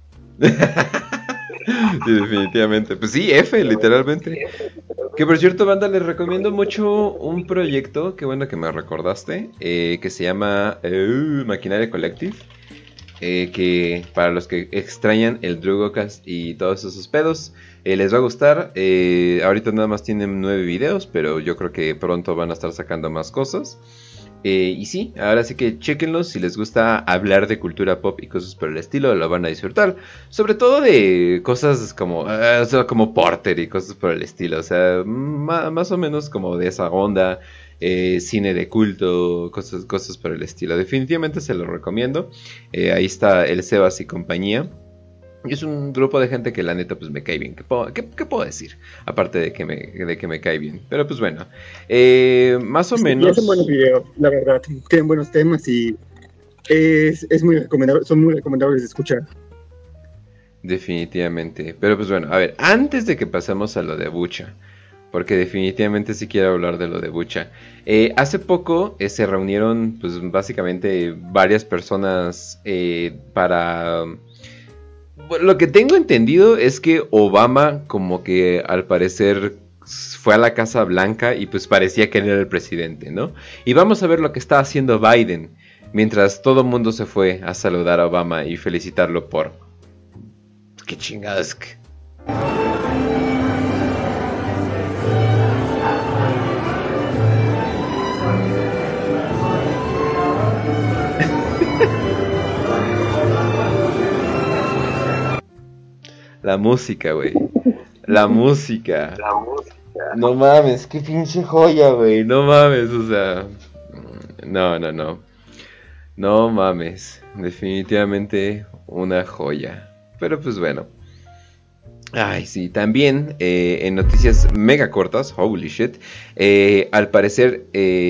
Sí, definitivamente. Pues sí, F, literalmente. Que por cierto, banda, les recomiendo mucho un proyecto, qué bueno que me recordaste, que se llama Maquinaria Collective. Que para los que extrañan el Drugocast y todos esos pedos, les va a gustar. Ahorita nada más tienen 9 videos, pero yo creo que pronto van a estar sacando más cosas. Y sí, ahora sí que chequenlos. Si les gusta hablar de cultura pop y cosas por el estilo, lo van a disfrutar. Sobre todo de cosas como Porter y cosas por el estilo. O sea, más o menos como de esa onda. Cine de culto, cosas por el estilo. Definitivamente se lo recomiendo. Ahí está el Sebas y compañía. Y es un grupo de gente que la neta pues me cae bien. ¿Qué puedo decir? Aparte de que me cae bien. Pero pues bueno. Más o menos. Y hacen buenos videos, la verdad. Tienen buenos temas y es muy recomendable, son muy recomendables de escuchar. Definitivamente. Pero pues bueno, a ver, antes de que pasemos a lo de Bucha, porque definitivamente sí quiero hablar de lo de Bucha. Hace poco se reunieron pues básicamente varias personas para... Lo que tengo entendido es que Obama como que al parecer fue a la Casa Blanca y pues parecía que él era el presidente, ¿no? Y vamos a ver lo que está haciendo Biden mientras todo el mundo se fue a saludar a Obama y felicitarlo por... ¿Qué chingados? La música, güey. La música. No mames, qué pinche joya, güey. No mames, o sea... No. No mames. Definitivamente una joya. Pero pues bueno. Ay, sí, también en noticias mega cortas, holy shit. Al parecer,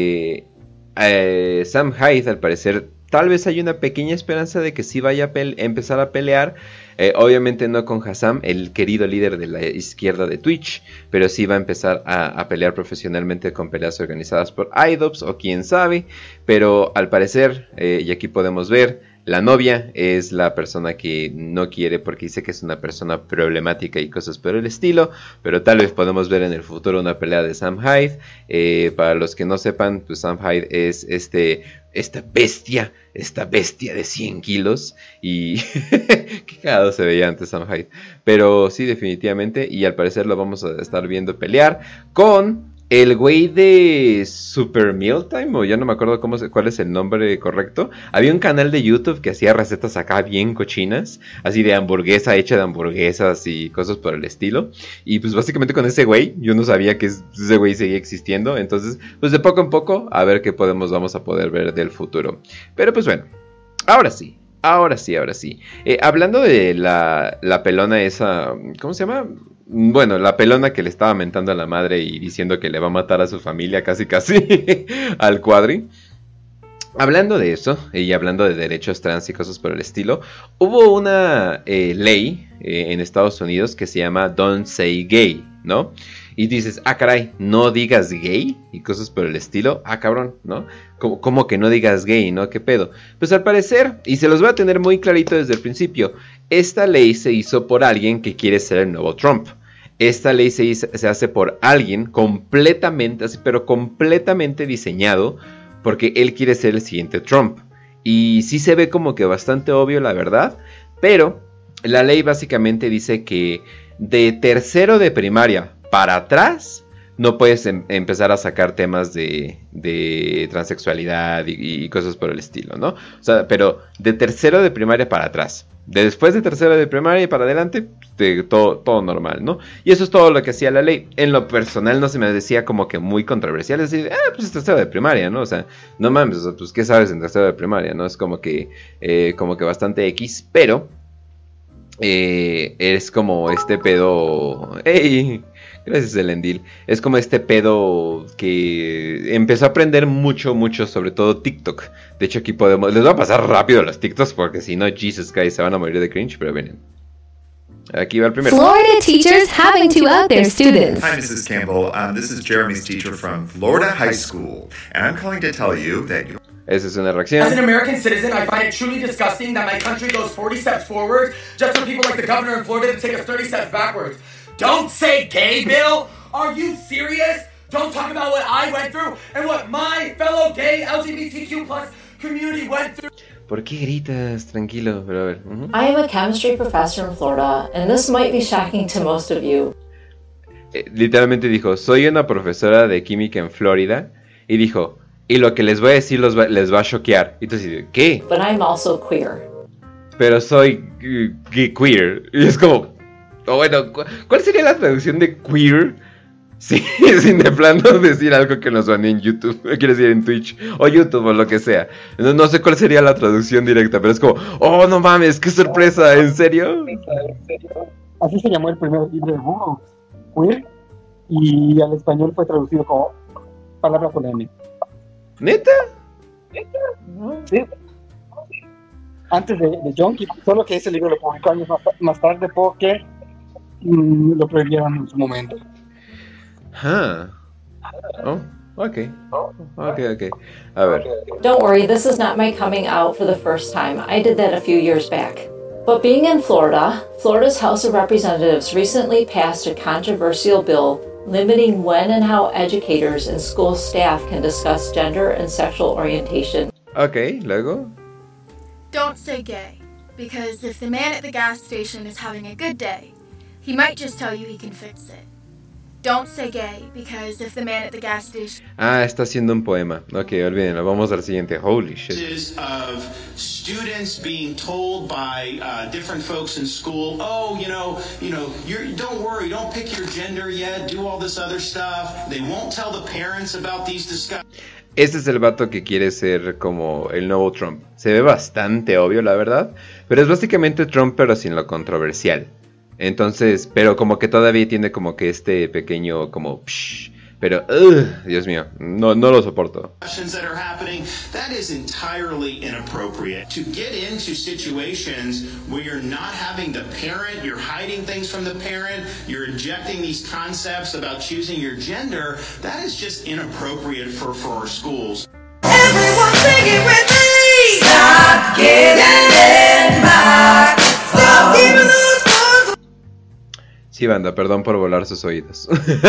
Sam Hyde, al parecer... Tal vez hay una pequeña esperanza de que sí vaya a empezar a pelear. Obviamente no con Hassam, el querido líder de la izquierda de Twitch. Pero sí va a empezar a pelear profesionalmente con peleas organizadas por IDOPS o quién sabe. Pero al parecer, y aquí podemos ver, la novia es la persona que no quiere porque dice que es una persona problemática y cosas por el estilo. Pero tal vez podemos ver en el futuro una pelea de Sam Hyde. Para los que no sepan, pues Sam Hyde es esta bestia de 100 kilos. Y qué cagado se veía antes Sam Hyde. Pero sí, definitivamente. Y al parecer lo vamos a estar viendo pelear con el güey de Super Mealtime, o ya no me acuerdo cuál es el nombre correcto. Había un canal de YouTube que hacía recetas acá bien cochinas, así de hamburguesa hecha de hamburguesas y cosas por el estilo. Y pues básicamente con ese güey, yo no sabía que ese güey seguía existiendo. Entonces, pues de poco en poco, a ver qué vamos a poder ver del futuro. Pero pues bueno, ahora sí. Hablando de la pelona esa, ¿cómo se llama? Bueno, la pelona que le estaba mentando a la madre y diciendo que le va a matar a su familia casi al Cuadri. Hablando de eso, y hablando de derechos trans y cosas por el estilo, hubo una ley en Estados Unidos que se llama Don't Say Gay, ¿no? Y dices, caray, no digas gay y cosas por el estilo. Cabrón, ¿no? ¿Cómo que no digas gay, no? ¿Qué pedo? Pues al parecer, y se los voy a tener muy clarito desde el principio, esta ley se hizo por alguien que quiere ser el nuevo Trump. Esta ley se hace por alguien completamente, pero completamente diseñado porque él quiere ser el siguiente Trump. Y sí se ve como que bastante obvio, la verdad, pero la ley básicamente dice que de tercero de primaria para atrás no puedes empezar a sacar temas de transexualidad y cosas por el estilo, ¿no? O sea, pero de tercero de primaria para atrás. Después de tercero de primaria y para adelante, todo normal, ¿no? Y eso es todo lo que hacía la ley. En lo personal no se me decía como que muy controversial. Es decir, pues es tercero de primaria, ¿no? O sea, no mames, o sea, pues ¿qué sabes en tercero de primaria, no? Es como que bastante X, pero es como este pedo... ¡Ey! Gracias, Elendil. Es como este pedo que empezó a aprender mucho, sobre todo TikTok. De hecho, aquí podemos... Les voy a pasar rápido los TikToks porque si no, Jesus Christ, se van a morir de cringe, pero vienen. Aquí va el primero. Florida teachers having to out their students. Hi, Mrs. Campbell. This is Jeremy's teacher from Florida High School, and I'm calling to tell you that you... Esa es una reacción. As an American citizen, I find it truly disgusting that my country goes 40 steps forward just for people like the governor in Florida to take us 30 steps backwards. Don't say gay, Bill! Are you serious? Don't talk about what I went through and what my fellow gay LGBTQ plus community went through. ¿Por qué gritas? Tranquilo, pero a ver. I am a chemistry professor in Florida, and this might be shocking to most of you. Literalmente dijo, soy una profesora de química en Florida, y dijo, y lo que les voy a decir les va a choquear. Y entonces, ¿qué? But I'm also queer. Pero soy queer. Y es como... O bueno, ¿cuál sería la traducción de queer? Sí, sin de plano decir algo que nos banee en YouTube, quiere decir en Twitch o YouTube o lo que sea. No sé cuál sería la traducción directa, pero es como, oh no mames, qué sorpresa, ¿en serio? Así se llamó el primer libro de Google, queer, y al español fue traducido como palabra con M. ¿Neta? Sí. Antes de Junkie, solo que ese libro lo publicó años más tarde porque lo prohibieron en su momento. Oh, okay. A ver. Don't worry, this is not my coming out for the first time. I did that a few years back. But being in Florida, Florida's House of Representatives recently passed a controversial bill limiting when and how educators and school staff can discuss gender and sexual orientation. Okay, luego. Don't say gay, because if the man at the gas station is having a good day, he might just tell you he can fix it. Don't say gay, because if the man at the gas station... está haciendo un poema. Ok, olvídenlo, vamos al siguiente. Holy shit. Of students being told by different folks in school, oh, don't worry, don't pick your gender yet, do all this other stuff. They won't tell the parents about these discussions. Este es el vato que quiere ser como el nuevo Trump. Se ve bastante obvio, la verdad. Pero es básicamente Trump, pero sin lo controversial. Entonces, pero como que todavía tiene como que este pequeño como... pero, Dios mío, no lo soporto. That is entirely inappropriate. To get into situations where you're not having the parent, you're hiding things from the parent, you're injecting these concepts about choosing your gender, that is just inappropriate for our schools. Everyone sing it with me! Stop getting in my Stop giving those calls. Sí, banda, perdón por volar sus oídos.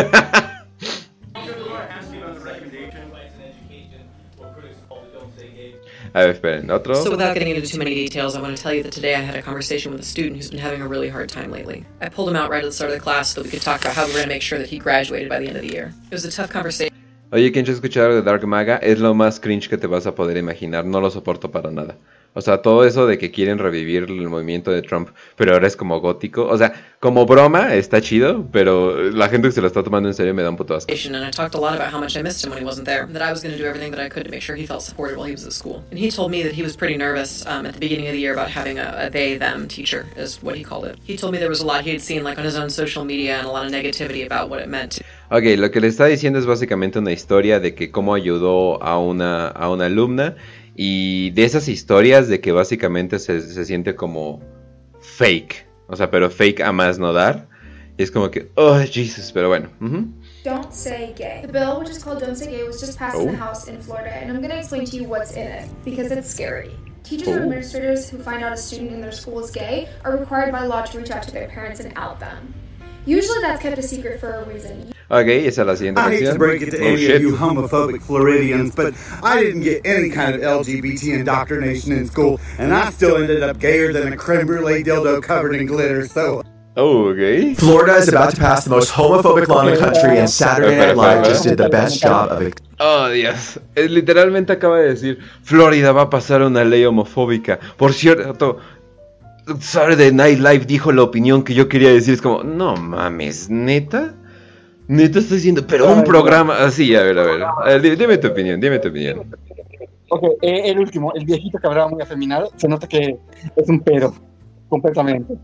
A ver, esperen, otro. So without getting into too many details, I want to tell you that today I had a conversation with a student who's been having a really hard time lately. I pulled him out right at the start of the class so that we could talk about how we were going to make sure that he graduated by the end of the year. It was a tough conversation. Oye, ¿quién ha escuchado de Dark Maga? Es lo más cringe que te vas a poder imaginar, no lo soporto para nada. O sea, todo eso de que quieren revivir el movimiento de Trump, pero ahora es como gótico. O sea, como broma está chido, pero la gente que se lo está tomando en serio me da un puto asco. And I talked a lot about how much I missed him when he wasn't there, that I was going to do everything that I could to make sure he felt supported while he was at school. And he told me that he was pretty nervous at the beginning of the year about having a they-them teacher, is what he called it. He told me there was a lot he had seen like on his own social media and a lot of negativity about what it meant. Ok, lo que le está diciendo es básicamente una historia de que cómo ayudó a una alumna. Y de esas historias de que básicamente se siente como fake. O sea, pero fake a más no dar. Y es como que, oh, Jesus, pero bueno. Don't say gay. The bill, which is called Don't Say Gay, was just passed in the House in Florida. And I'm going to explain to you what's in it, because it's scary. Teachers or administrators who find out a student in their school is gay are required by law to reach out to their parents and out them. Usually that's kept a secret for a reason. Ok, esa es la siguiente I hate to break it to any of you homophobic Floridians, but I didn't get any kind of LGBT indoctrination in school, and I still ended up gayer than a creme brulee dildo covered in glitter, so... Oh, ok. Florida is about to pass the most homophobic law in the country, and Saturday Night Live just did the best job of it. Oh, Dios. Literalmente acaba de decir, Florida va a pasar una ley homofóbica. Por cierto, Saturday Night Live dijo la opinión que yo quería decir. Es como, no mames, ¿neta? Neta estoy diciendo, pero un programa así, a ver, dime tu opinión. Ok, el último, el viejito que hablaba muy afeminado, se nota que es un pedo, completamente.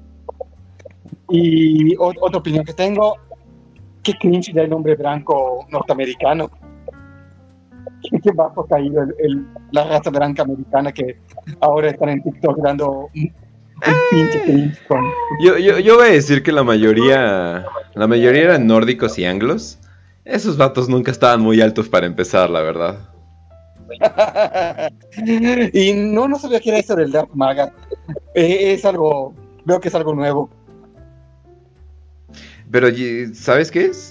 Y otra opinión que tengo, qué cringe da el hombre blanco norteamericano. Qué bajo ha caído la raza blanca americana que ahora están en TikTok dando un pinche cringe con... Yo voy a decir que la mayoría eran nórdicos y anglos. Esos vatos nunca estaban muy altos para empezar, la verdad. Y no sabía que era eso del Dark Maga. Veo que es algo nuevo. Pero, ¿sabes qué es?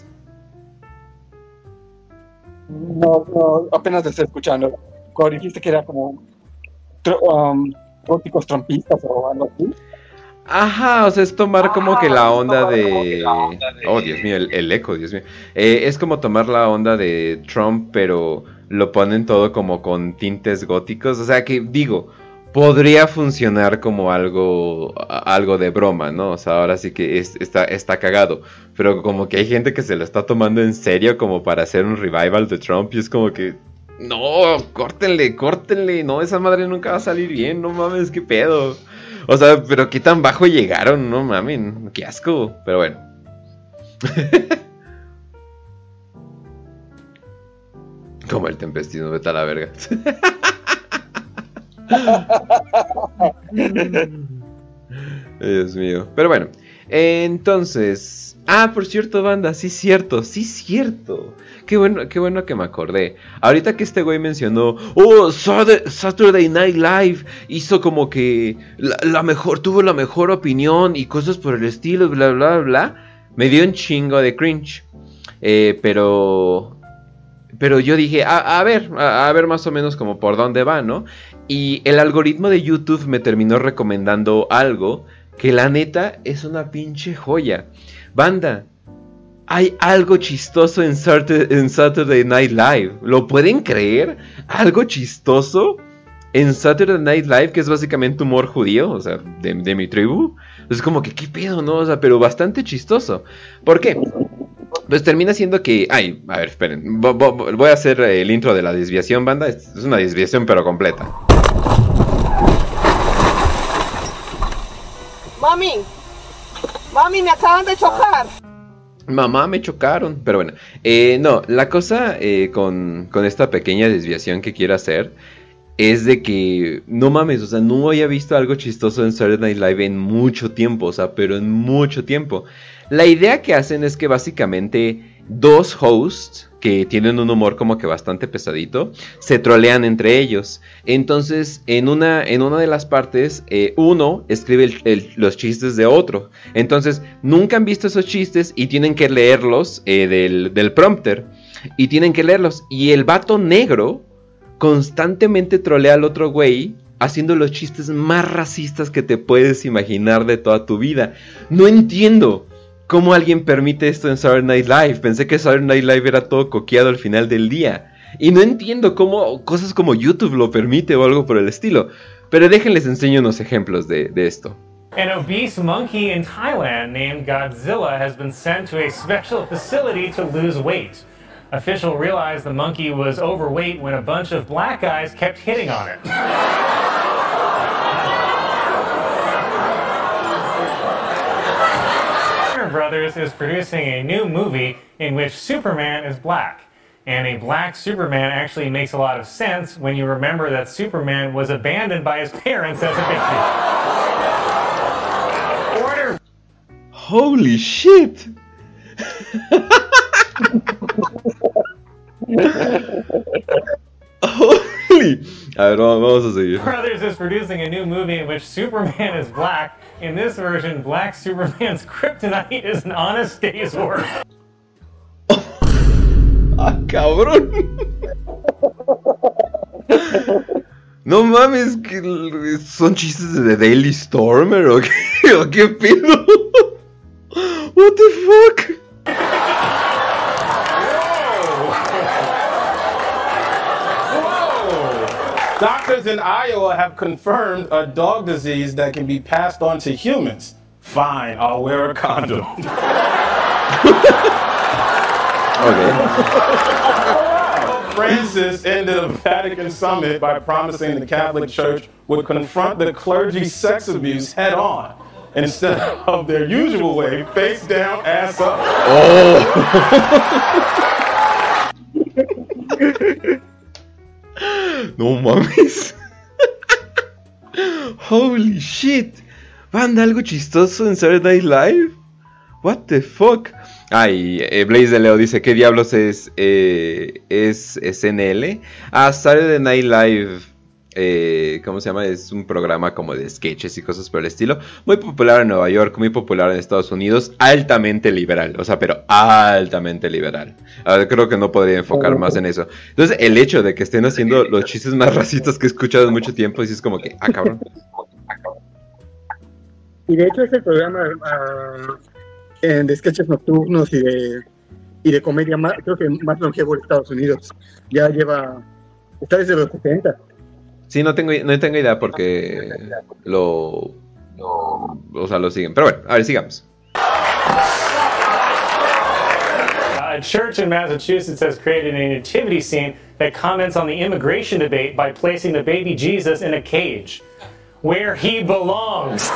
No, apenas lo estoy escuchando. Cuando dijiste que era como góticos trompistas o algo así. Ajá, o sea, es tomar como que la onda de... Oh, Dios mío, el eco, Dios mío. Es como tomar la onda de Trump, pero lo ponen todo como con tintes góticos. O sea, que digo, podría funcionar como algo de broma, ¿no? O sea, ahora sí que está cagado. Pero como que hay gente que se lo está tomando en serio como para hacer un revival de Trump. Y es como que... No, córtenle. No, esa madre nunca va a salir bien. No mames, qué pedo. O sea, pero qué tan bajo llegaron, no mamen, qué asco, pero bueno. Como el Tempestino, vete a la verga. Dios mío, pero bueno, entonces... Ah, por cierto, banda, sí cierto. Qué bueno que me acordé. Ahorita que este güey mencionó, Saturday Night Live hizo como que tuvo la mejor opinión y cosas por el estilo, bla, bla, bla. Me dio un chingo de cringe. Pero yo dije, a ver más o menos como por dónde va, ¿no? Y el algoritmo de YouTube me terminó recomendando algo que la neta es una pinche joya. Banda, hay algo chistoso en Saturday Night Live. ¿Lo pueden creer? Algo chistoso en Saturday Night Live, que es básicamente humor judío, o sea, de mi tribu. Es como que, ¿qué pedo, no? O sea, pero bastante chistoso. ¿Por qué? Pues termina siendo que... Ay, a ver, esperen. Voy a hacer el intro de la desviación, banda. Es una desviación, pero completa. Mami, me acaban de chocar. Mamá, me chocaron. Pero bueno, no, la cosa con esta pequeña desviación que quiero hacer es de que, no mames, o sea, no había visto algo chistoso en Saturday Night Live en mucho tiempo, o sea, pero en mucho tiempo. La idea que hacen es que básicamente dos hosts que tienen un humor como que bastante pesadito se trolean entre ellos. Entonces, en una de las partes, uno escribe los chistes de otro. Entonces, nunca han visto esos chistes y tienen que leerlos del prompter. Y tienen que leerlos. Y el vato negro constantemente trolea al otro güey, haciendo los chistes más racistas que te puedes imaginar de toda tu vida. No entiendo ¿cómo alguien permite esto en Saturday Night Live? Pensé que Saturday Night Live era todo coqueado al final del día. Y no entiendo cómo cosas como YouTube lo permite o algo por el estilo. Pero déjenles enseño unos ejemplos de esto. An obese monkey in Thailand named Godzilla has been sent to a special facility to lose weight. Officials realized the monkey was overweight when a bunch of black guys kept hitting on it. Brothers is producing a new movie in which Superman is black. And a black Superman actually makes a lot of sense when you remember that Superman was abandoned by his parents as a baby. Order. Holy shit. Holy. A ver, vamos a seguir. Brothers is producing a new movie in which Superman is black. In this version, black Superman's kryptonite is an honest day's work. ¡Ah, cabrón! No mames, ¿son chistes de The Daily Stormer o qué pedo? What the fuck? Doctors in Iowa have confirmed a dog disease that can be passed on to humans. Fine, I'll wear a condom. Francis ended a Vatican summit by promising the Catholic Church would confront the clergy's sex abuse head on, instead of their usual way, face down, ass up. No mames. Holy shit. Banda, algo chistoso en Saturday Night Live. What the fuck. Ay, Blaze de Leo dice, ¿qué diablos es SNL? Ah, Saturday Night Live. ¿Cómo se llama? Es un programa como de sketches y cosas por el estilo. Muy popular en Nueva York, muy popular en Estados Unidos. Altamente liberal, o sea, pero altamente liberal. Creo que no podría enfocar más en eso. Entonces, el hecho de que estén haciendo los chistes más racistas que he escuchado en mucho tiempo, es como que, cabrón. Y de hecho ese programa de sketches nocturnos y de comedia más, creo que más longevo en Estados Unidos. Ya está desde los 70. Sí, no tengo idea porque lo siguen. Pero bueno, a ver, sigamos. A church in Massachusetts has created a nativity scene that comments on the immigration debate by placing the baby Jesus in a cage, where he belongs.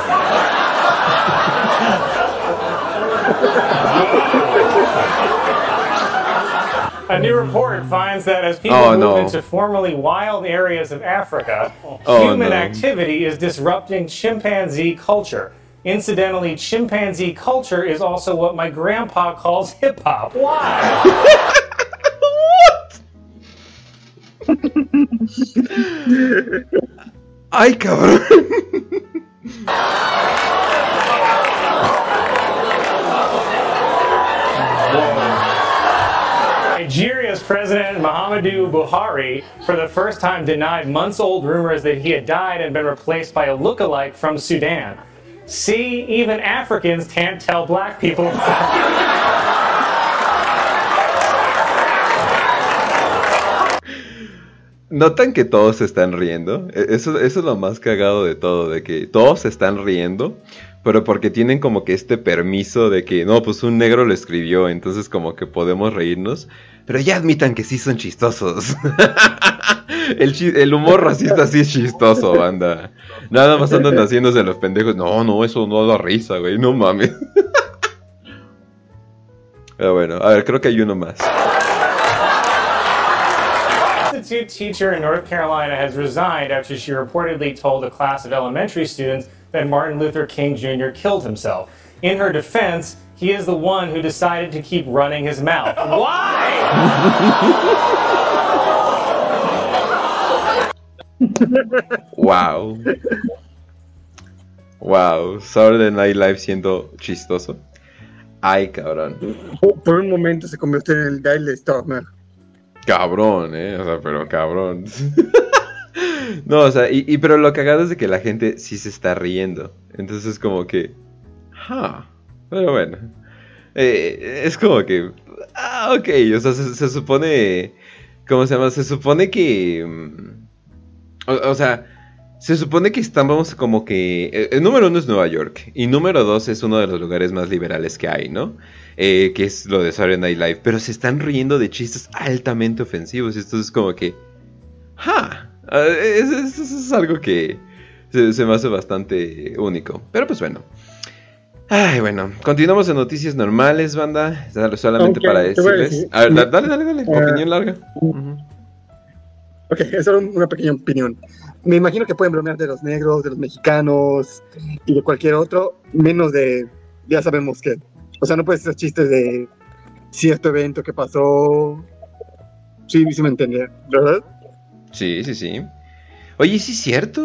A new report finds that as people move into formerly wild areas of Africa, human activity is disrupting chimpanzee culture. Incidentally, chimpanzee culture is also what my grandpa calls hip-hop. Why? Ay, cabrón. Nigeria's President Muhammadu Buhari, for the first time, denied months-old rumors that he had died and been replaced by a look-alike from Sudan. See, even Africans can't tell black people ¿Notan que todos se están riendo? Eso es lo más cagado de todo, de que todos se están riendo, pero porque tienen como que este permiso de que, no, pues un negro lo escribió, entonces como que podemos reírnos, pero ya admitan que sí son chistosos. El humor racista sí es chistoso, banda. Nada más andan haciéndose los pendejos. No, eso no da risa, güey, no mames. Pero bueno, a ver, creo que hay uno más. Institute teacher in North Carolina has resigned after she reportedly told a class of elementary students that Martin Luther King Jr. killed himself. In her defense, he is the one who decided to keep running his mouth. Why? Wow. Wow. Saturday Night Live siendo chistoso. Ay, cabrón. Por un momento se convirtió en el Daily Stormer. Cabrón, o sea, pero cabrón. No, o sea, pero lo cagado es de que la gente sí se está riendo. Entonces como que... pero bueno. Es como que... ok, o sea, se supone... ¿Cómo se llama? Se supone que... O sea, se supone que estamos como que... el número 1 es Nueva York. Y número 2 es uno de los lugares más liberales que hay, ¿no? Que es lo de Saturday Night Live. Pero se están riendo de chistes altamente ofensivos. Y esto es como que... Eso es algo que se me hace bastante único. Pero pues bueno. Ay, bueno. Continuamos en noticias normales, banda. Solamente para decirles... A ver, dale. Opinión larga. Ok, es solo una pequeña opinión. Me imagino que pueden bromear de los negros, de los mexicanos y de cualquier otro, menos de... Ya sabemos que... O sea, no puedes hacer chistes de cierto evento que pasó. Sí me entendía, ¿verdad? Sí. Oye, sí es cierto.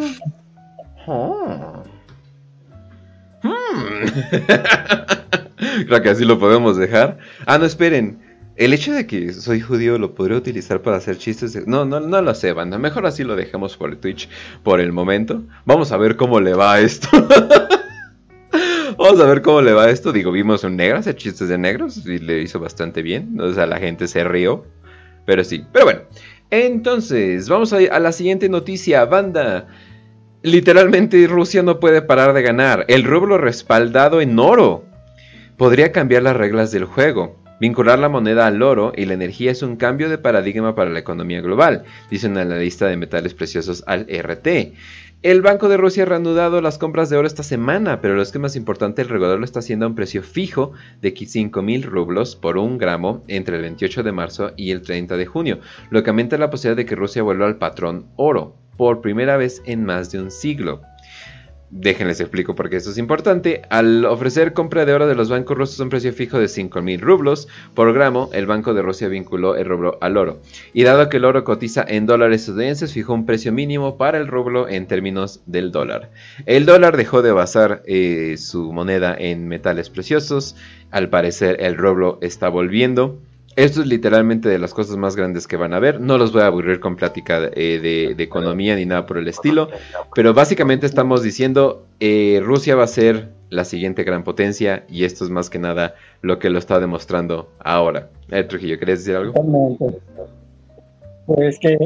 Creo que así lo podemos dejar. No, esperen. El hecho de que soy judío lo podría utilizar para hacer chistes. No lo sé, banda. Mejor así lo dejemos por Twitch por el momento. Vamos a ver cómo le va a esto. Vamos a ver cómo le va esto. Digo, vimos un negro hacer chistes de negros y le hizo bastante bien. O sea, la gente se rió. Pero sí, pero bueno. Entonces, vamos a la siguiente noticia, banda. Literalmente Rusia no puede parar de ganar. El rublo respaldado en oro podría cambiar las reglas del juego. Vincular la moneda al oro y la energía es un cambio de paradigma para la economía global, dice un analista de metales preciosos al RT. El Banco de Rusia ha reanudado las compras de oro esta semana, pero lo que es más importante, el regulador lo está haciendo a un precio fijo de 5.000 rublos por un gramo entre el 28 de marzo y el 30 de junio, lo que aumenta la posibilidad de que Rusia vuelva al patrón oro por primera vez en más de un siglo. Déjenles explico por qué esto es importante. Al ofrecer compra de oro de los bancos rusos a un precio fijo de 5.000 rublos por gramo, el Banco de Rusia vinculó el rublo al oro. Y dado que el oro cotiza en dólares estadounidenses, fijó un precio mínimo para el rublo en términos del dólar. El dólar dejó de basar su moneda en metales preciosos. Al parecer el rublo está volviendo. Esto es literalmente de las cosas más grandes que van a ver. No los voy a aburrir con plática de economía ni nada por el estilo. Pero básicamente estamos diciendo Rusia va a ser la siguiente gran potencia. Y esto es más que nada lo que lo está demostrando ahora. Trujillo, ¿querías decir algo? Totalmente. Pues que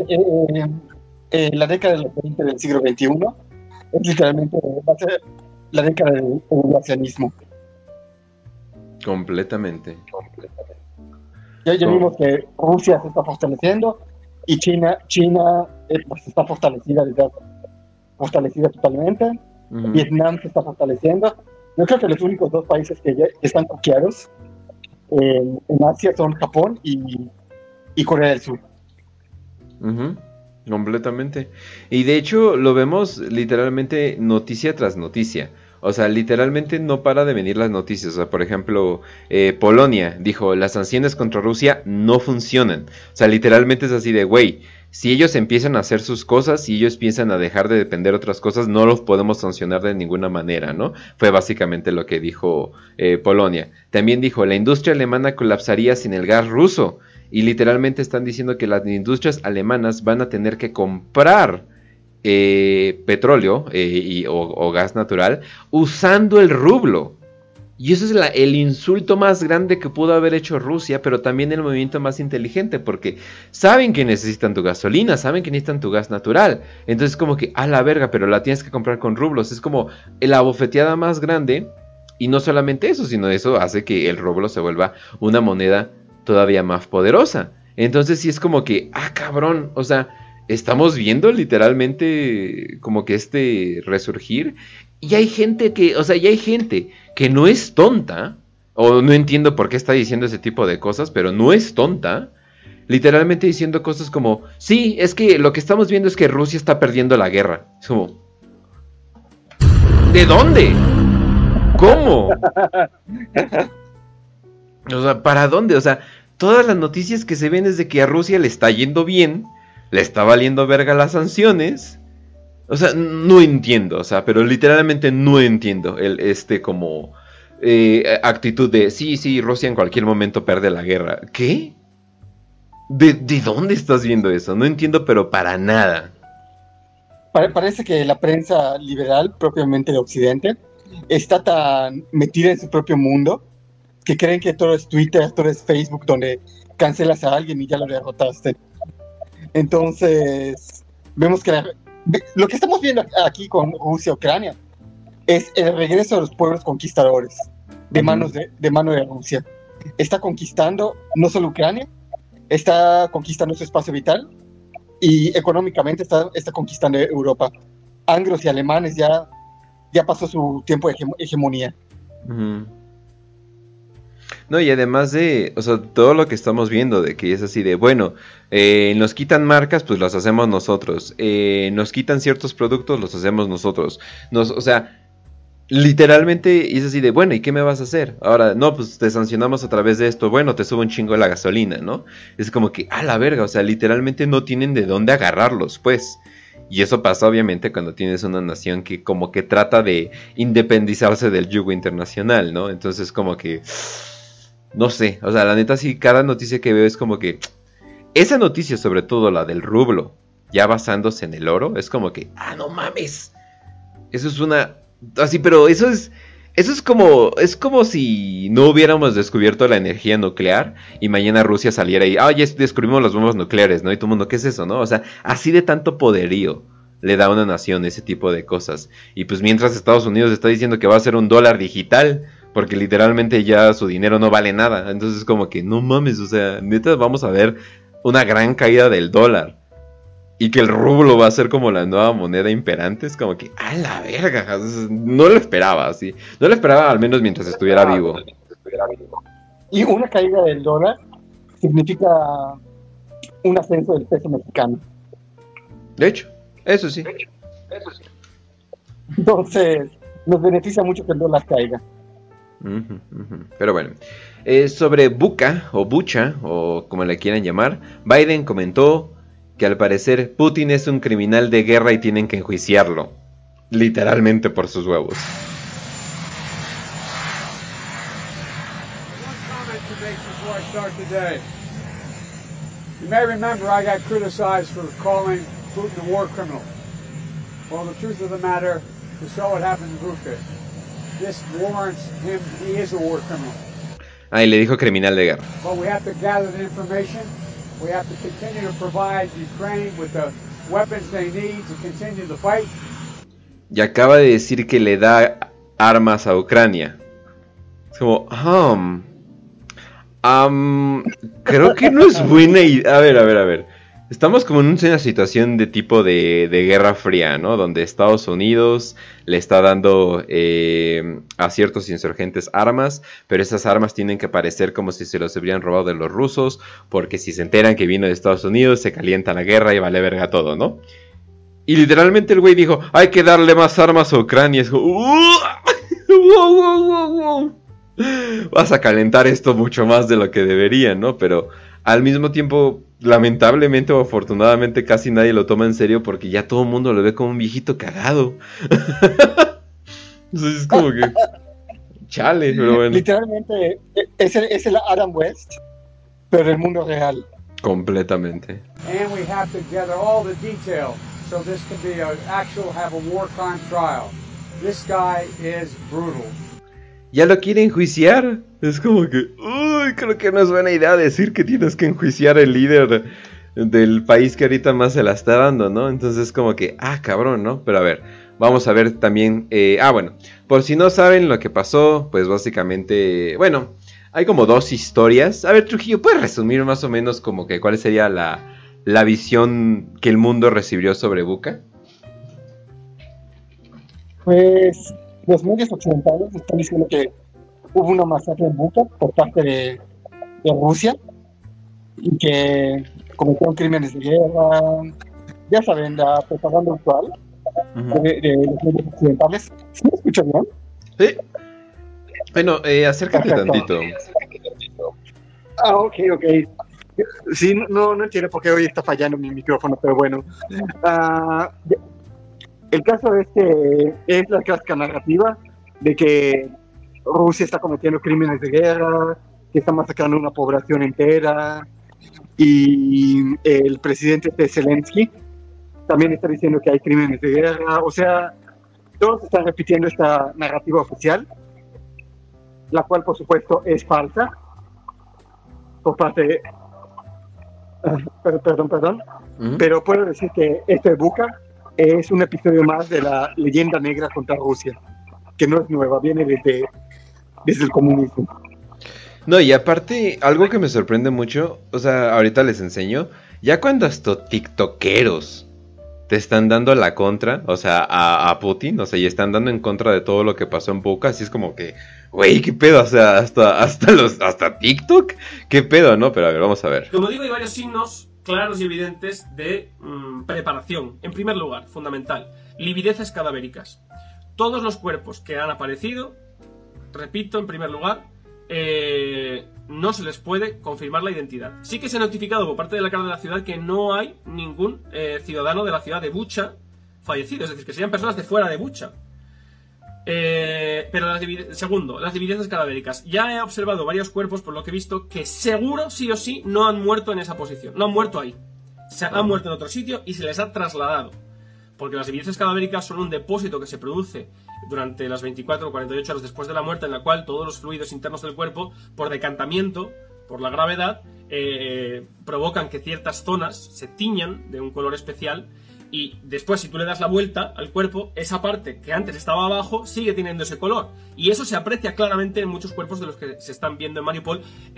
la década del 20 del siglo XXI es literalmente va a ser la década del evolucionismo. Completamente. Ya vimos que Rusia se está fortaleciendo y China pues está fortalecida totalmente. Vietnam se está fortaleciendo. Yo creo que los únicos dos países que ya están coqueados en Asia son Japón y Corea del Sur. Completamente. Y de hecho lo vemos literalmente noticia tras noticia. O sea, literalmente no para de venir las noticias. O sea, por ejemplo, Polonia dijo, las sanciones contra Rusia no funcionan. O sea, literalmente es así de, güey, si ellos empiezan a hacer sus cosas, si ellos piensan a dejar de depender de otras cosas, no los podemos sancionar de ninguna manera, ¿no? Fue básicamente lo que dijo Polonia. También dijo, la industria alemana colapsaría sin el gas ruso. Y literalmente están diciendo que las industrias alemanas van a tener que comprar petróleo o gas natural usando el rublo. Y eso es el insulto más grande que pudo haber hecho Rusia, pero también el movimiento más inteligente, porque saben que necesitan tu gasolina, saben que necesitan tu gas natural. Entonces como que, a la verga, pero la tienes que comprar con rublos. Es como la bofeteada más grande. Y no solamente eso, sino eso hace que el rublo se vuelva una moneda todavía más poderosa. Entonces sí es como que, cabrón, o sea, estamos viendo literalmente como que resurgir. Y hay gente que no es tonta, o no entiendo por qué está diciendo ese tipo de cosas, pero no es tonta, literalmente diciendo cosas como, sí, es que lo que estamos viendo es que Rusia está perdiendo la guerra. Es como, ¿de dónde? ¿Cómo? O sea, ¿para dónde? O sea, todas las noticias que se ven es de que a Rusia le está yendo bien, le está valiendo verga las sanciones. O sea, no entiendo, o sea, pero literalmente no entiendo como actitud de, sí, Rusia en cualquier momento pierde la guerra. ¿Qué? ¿De dónde estás viendo eso? No entiendo, pero para nada. Parece que la prensa liberal, propiamente de Occidente, está tan metida en su propio mundo que creen que todo es Twitter, todo es Facebook, donde cancelas a alguien y ya lo derrotaste. Entonces, vemos que lo que estamos viendo aquí con Rusia-Ucrania es el regreso de los pueblos conquistadores de mano de Rusia. Está conquistando no solo Ucrania, está conquistando su espacio vital y económicamente está conquistando Europa. Anglos y alemanes ya pasó su tiempo de hegemonía. No, y además de, o sea, todo lo que estamos viendo, de que es así de, bueno, nos quitan marcas, pues las hacemos nosotros. Nos quitan ciertos productos, los hacemos nosotros. O sea, literalmente es así de, bueno, ¿y qué me vas a hacer? Ahora, no, pues te sancionamos a través de esto. Bueno, te subo un chingo la gasolina, ¿no? Es como que, a la verga, o sea, literalmente no tienen de dónde agarrarlos, pues. Y eso pasa obviamente cuando tienes una nación que como que trata de independizarse del yugo internacional, ¿no? Entonces como que, no sé, o sea, la neta sí, cada noticia que veo es como que, esa noticia sobre todo la del rublo, ya basándose en el oro, es como que, no mames, eso es una, así, pero eso es Eso es como si no hubiéramos descubierto la energía nuclear y mañana Rusia saliera y, ya descubrimos las bombas nucleares, ¿no? Y todo el mundo, ¿qué es eso, no? O sea, así de tanto poderío le da a una nación ese tipo de cosas. Y pues mientras Estados Unidos está diciendo que va a ser un dólar digital, porque literalmente ya su dinero no vale nada. Entonces como que, no mames, o sea, neta vamos a ver una gran caída del dólar. Y que el rublo va a ser como la nueva moneda imperante. Es como que, ¡a la verga! No lo esperaba, así. No lo esperaba al menos mientras estuviera vivo. Y una caída del dólar significa un ascenso del peso mexicano. De hecho, eso sí. Entonces, nos beneficia mucho que el dólar caiga. Pero bueno, sobre Bucha, o como le quieran llamar, Biden comentó que al parecer Putin es un criminal de guerra y tienen que enjuiciarlo, literalmente por sus huevos. You may remember I got criticized for calling Putin a war criminal. Well, the truth of the matter, we saw what happened in Bucha. This warrants him, he is a war criminal. Y le dijo criminal de guerra. But we have to gather the information. We have to continue to provide Ukraine with the weapons they need to continue the fight. Y acaba de decir que le da armas a Ucrania. Es como, creo que no es buena idea. A ver. Estamos como en una situación de tipo de guerra fría, ¿no? Donde Estados Unidos le está dando a ciertos insurgentes armas, pero esas armas tienen que parecer como si se los hubieran robado de los rusos, porque si se enteran que vino de Estados Unidos, se calienta la guerra y vale verga todo, ¿no? Y literalmente el güey dijo, hay que darle más armas a Ucrania. Es como, vas a calentar esto mucho más de lo que debería, ¿no? Pero al mismo tiempo, lamentablemente o afortunadamente, casi nadie lo toma en serio porque ya todo el mundo lo ve como un viejito cagado. Entonces es como que, chale, pero bueno. Literalmente es el Adam West, pero el mundo real. Completamente. And we have to gather all the details so this can be have a war crime trial. This guy is brutal. Ya lo quiere enjuiciar. Es como que, uy, creo que no es buena idea decir que tienes que enjuiciar al líder del país que ahorita más se la está dando, ¿no? Entonces como que, cabrón, ¿no? Pero a ver, vamos a ver también, bueno, por si no saben lo que pasó, pues básicamente, bueno, hay como dos historias. A ver, Trujillo, ¿puedes resumir más o menos como que cuál sería la visión que el mundo recibió sobre Bucha? Pues los medios occidentales están diciendo que hubo una masacre en Bucha por parte de Rusia y que cometieron crímenes de guerra. Ya saben, la propaganda actual de los medios occidentales. ¿Sí me escuchan bien? Sí. Bueno, acércate tantito. Ok. Sí, no entiendo por qué hoy está fallando mi micrófono, pero bueno. El caso es la clásica narrativa de que Rusia está cometiendo crímenes de guerra, que está masacrando una población entera, y el presidente Zelensky también está diciendo que hay crímenes de guerra. O sea, todos están repitiendo esta narrativa oficial, la cual por supuesto es falsa por parte de... Perdón. Pero puedo decir que esto de Bucha es un episodio más de la leyenda negra contra Rusia, que no es nueva, viene desde el comunismo. No, y aparte, algo que me sorprende mucho, o sea, ahorita les enseño, ya cuando hasta tiktokeros te están dando la contra, o sea, a Putin, o sea, y están dando en contra de todo lo que pasó en Bucha, así es como que, güey, qué pedo, o sea, hasta TikTok, qué pedo, ¿no? Pero a ver, vamos a ver. Como digo, hay varios signos claros y evidentes de preparación. En primer lugar, fundamental, lividezas cadavéricas. Todos los cuerpos que han aparecido, repito, en primer lugar, no se les puede confirmar la identidad. Sí que se ha notificado por parte de la cara de la ciudad que no hay ningún ciudadano de la ciudad de Bucha fallecido, es decir, que serían personas de fuera de Bucha. Pero segundo, las lividezas cadavéricas. Ya he observado varios cuerpos, por lo que he visto, que seguro, sí o sí, no han muerto en esa posición. No han muerto ahí. Han muerto en otro sitio y se les ha trasladado. porque las evidencias cadavéricas son un depósito que se produce durante las 24 o 48 horas después de la muerte, en la cual todos los fluidos internos del cuerpo, por decantamiento, por la gravedad, provocan que ciertas zonas se tiñan de un color especial, y después, si tú le das la vuelta al cuerpo, esa parte que antes estaba abajo sigue teniendo ese color, y eso se aprecia claramente en muchos cuerpos de los que se están viendo en Mariupol,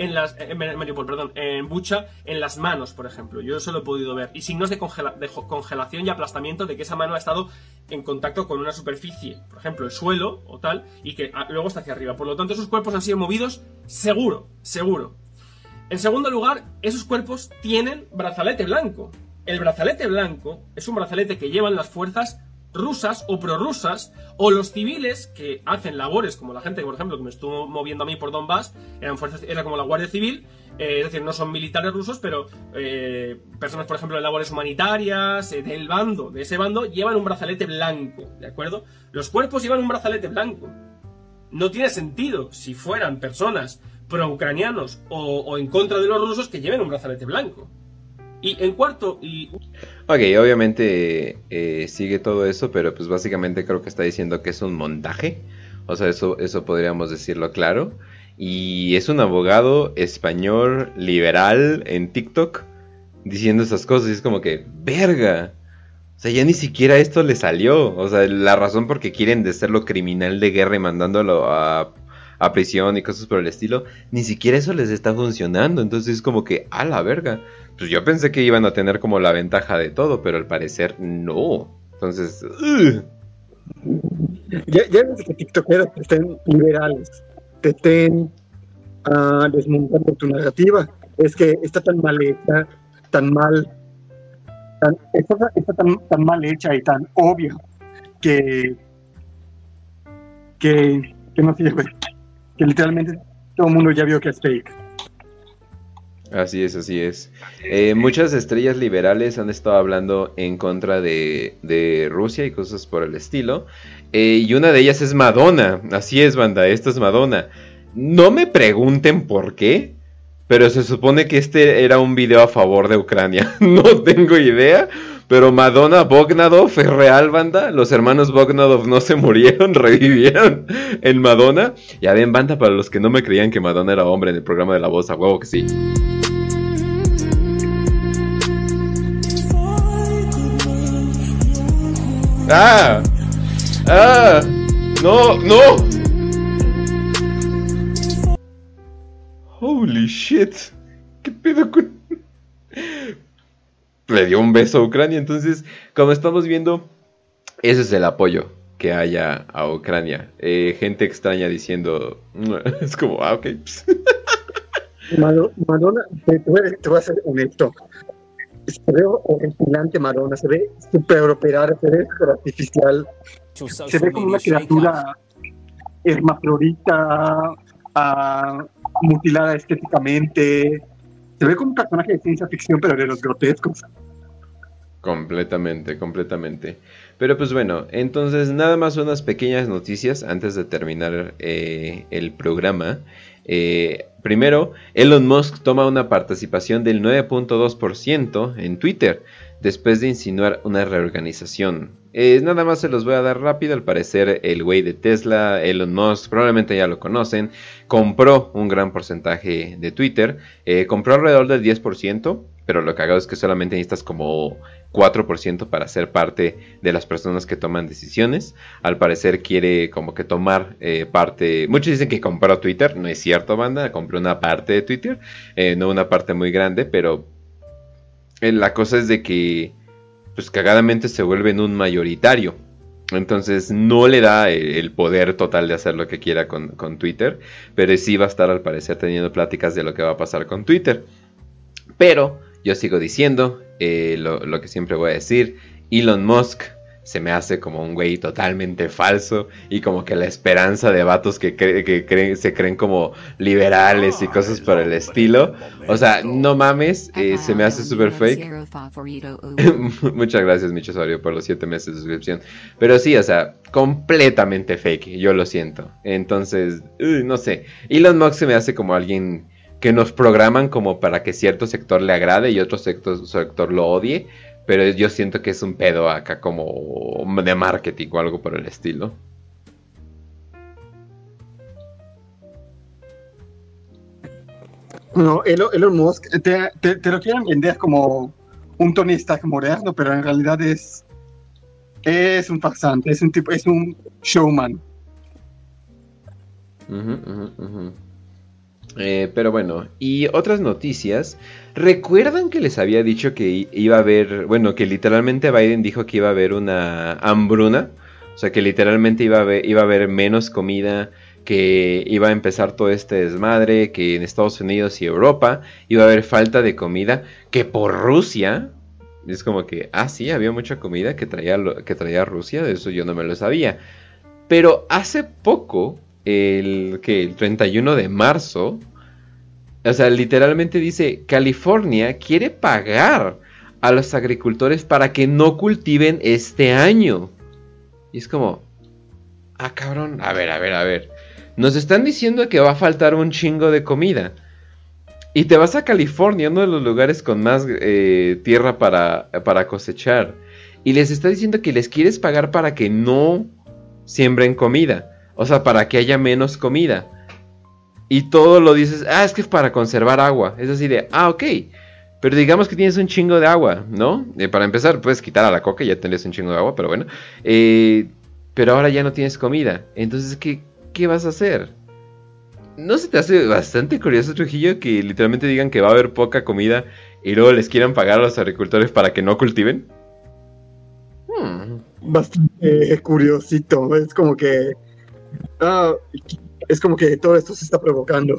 en Bucha, en las manos, por ejemplo. Yo eso lo he podido ver, y signos de congelación y aplastamiento, de que esa mano ha estado en contacto con una superficie, por ejemplo el suelo o tal, y que luego está hacia arriba. Por lo tanto, esos cuerpos han sido movidos seguro. En segundo lugar, esos cuerpos tienen brazalete blanco. El brazalete blanco es un brazalete que llevan las fuerzas rusas o prorrusas, o los civiles que hacen labores, como la gente, por ejemplo, que me estuvo moviendo a mí por Donbass, era como la Guardia Civil, es decir, no son militares rusos, pero personas, por ejemplo, de labores humanitarias, de ese bando, llevan un brazalete blanco, ¿de acuerdo? Los cuerpos llevan un brazalete blanco. No tiene sentido, si fueran personas pro-ucranianos o en contra de los rusos, que lleven un brazalete blanco. Y en cuarto Ok, obviamente sigue todo eso, pero pues básicamente creo que está diciendo que es un montaje. O sea, eso podríamos decirlo claro. Y es un abogado español liberal en TikTok diciendo esas cosas, y es como que, verga. O sea, ya ni siquiera esto le salió. O sea, la razón por qué quieren de serlo criminal de guerra y mandándolo a prisión y cosas por el estilo, ni siquiera eso les está funcionando. Entonces es como que, a la verga. Pues yo pensé que iban a tener como la ventaja de todo, pero al parecer no. Entonces, Ya ves que tiktokeros que estén liberales, te estén desmontando tu narrativa. Es que está tan mal hecha, está tan mal hecha y tan obvia que no sé, que literalmente todo el mundo ya vio que es fake. Así es. Muchas estrellas liberales han estado hablando en contra de Rusia y cosas por el estilo. Y una de ellas es Madonna. Así es, banda, esta es Madonna. No me pregunten por qué, pero se supone que este era un video a favor de Ucrania. No tengo idea, pero Madonna Bogdanov es real, banda. Los hermanos Bogdanov no se murieron, revivieron en Madonna. Ya ven, banda, para los que no me creían que Madonna era hombre en el programa de La Voz, a huevo que sí. No. Holy shit. ¿Qué pedo con...? Le dio un beso a Ucrania. Entonces, como estamos viendo, ese es el apoyo que haya a Ucrania. Gente extraña diciendo... Es como, ok. Madonna, te voy a ser honesto. Se ve horripilante Madonna, se ve súper operada, se ve súper artificial, se ve como una criatura hermafrodita, mutilada estéticamente, se ve como un personaje de ciencia ficción, pero de los grotescos. Completamente. Pero pues bueno, entonces nada más unas pequeñas noticias antes de terminar el programa. Primero, Elon Musk toma una participación del 9.2% en Twitter después de insinuar una reorganización. Nada más se los voy a dar rápido. Al parecer el güey de Tesla, Elon Musk, probablemente ya lo conocen, compró un gran porcentaje de Twitter. Compró alrededor del 10%, pero lo cagado es que solamente necesitas como 4% para ser parte de las personas que toman decisiones. Al parecer quiere como que tomar parte. Muchos dicen que compró Twitter. No es cierto, banda. Compró una parte de Twitter, no una parte muy grande, pero la cosa es de que pues cagadamente se vuelve en un mayoritario. Entonces no le da el poder total de hacer lo que quiera con Twitter, pero sí va a estar al parecer teniendo pláticas de lo que va a pasar con Twitter. Pero yo sigo diciendo lo que siempre voy a decir: Elon Musk se me hace como un güey totalmente falso, y como que la esperanza de vatos que se creen como liberales y cosas por el estilo. O sea, no mames, se me hace súper fake. Muchas gracias, Micho Osorio, por los 7 meses de suscripción. Pero sí, o sea, completamente fake, yo lo siento. Entonces, no sé, Elon Musk se me hace como alguien que nos programan como para que cierto sector le agrade y otro sector lo odie. Pero yo siento que es un pedo acá como de marketing o algo por el estilo. No, Elon Musk te lo quieren vender como un Tony Stark moderno, pero en realidad es un farsante, es un showman. Pero bueno, y otras noticias. ¿Recuerdan que les había dicho que iba a haber, bueno, que literalmente Biden dijo que iba a haber una hambruna? O sea, que literalmente iba a haber menos comida, que iba a empezar todo este desmadre, que en Estados Unidos y Europa iba a haber falta de comida, que por Rusia, es como que, sí, había mucha comida que traía Rusia, de eso yo no me lo sabía. Pero hace poco, el 31 de marzo, o sea, literalmente dice, California quiere pagar a los agricultores para que no cultiven este año. Y es como, cabrón, a ver. Nos están diciendo que va a faltar un chingo de comida. Y te vas a California, uno de los lugares con más tierra para cosechar. Y les está diciendo que les quieres pagar para que no siembren comida. O sea, para que haya menos comida. Y todo lo dices, es que es para conservar agua. Es así de, ok. Pero digamos que tienes un chingo de agua, ¿no? Para empezar, puedes quitar a la coca y ya tendrías un chingo de agua, pero bueno. Pero ahora ya no tienes comida. Entonces, ¿qué vas a hacer? ¿No se te hace bastante curioso, Trujillo, que literalmente digan que va a haber poca comida y luego les quieran pagar a los agricultores para que no cultiven? Bastante curiosito. Es como que todo esto se está provocando.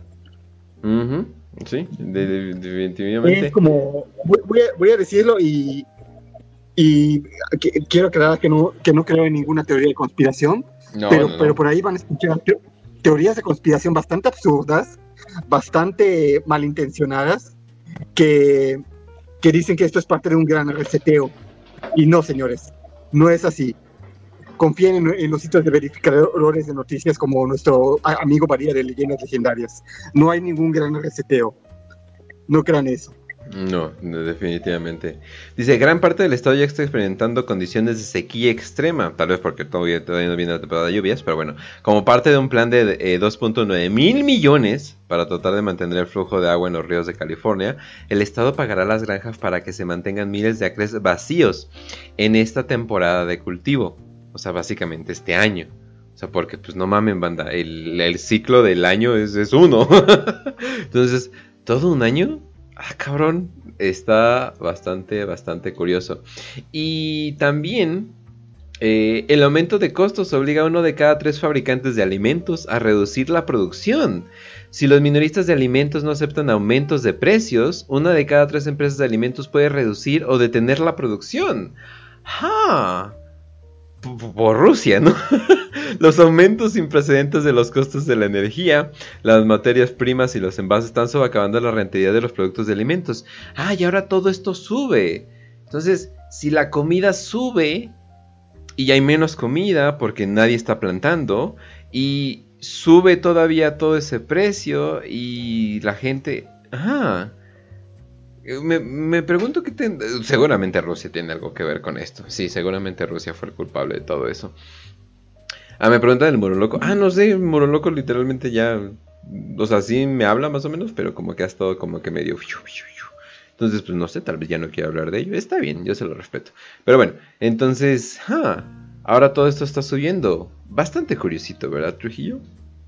Sí, definitivamente. Es como, voy a decirlo y quiero aclarar que no creo en ninguna teoría de conspiración, pero por ahí van a escuchar teorías de conspiración bastante absurdas, bastante malintencionadas, que dicen que esto es parte de un gran reseteo. Y no, señores, no es así. Confíen en los sitios de verificadores de noticias como nuestro amigo María de Leyendas Legendarias. No hay ningún gran reseteo. No crean eso. No, definitivamente. Dice, gran parte del estado ya está experimentando condiciones de sequía extrema, tal vez porque todavía no viene la temporada de lluvias, pero bueno, como parte de un plan de 2.9 mil millones para tratar de mantener el flujo de agua en los ríos de California, el estado pagará las granjas para que se mantengan miles de acres vacíos en esta temporada de cultivo, o sea, básicamente este año. O sea, porque pues no mamen, banda, el ciclo del año es uno. Entonces, ¿todo un año? Cabrón, está bastante curioso. Y también el aumento de costos obliga a 1 de cada 3 fabricantes de alimentos a reducir la producción. Si los minoristas de alimentos no aceptan aumentos de precios, 1 de cada 3 empresas de alimentos puede reducir o detener la producción. Por Rusia, ¿no? Los aumentos sin precedentes de los costos de la energía, las materias primas y los envases están socavando la rentabilidad de los productos de alimentos. Y ahora todo esto sube. Entonces, si la comida sube y hay menos comida porque nadie está plantando y sube todavía todo ese precio y la gente... Me pregunto seguramente Rusia tiene algo que ver con esto. Sí, seguramente Rusia fue el culpable de todo eso. Me preguntan el Muroloco. No sé, el Muroloco literalmente ya... O sea, sí me habla más o menos, pero como que ha estado como que medio... Entonces, pues no sé, tal vez ya no quiero hablar de ello. Está bien, yo se lo respeto. Pero bueno, entonces... ahora todo esto está subiendo. Bastante curiosito, ¿verdad, Trujillo?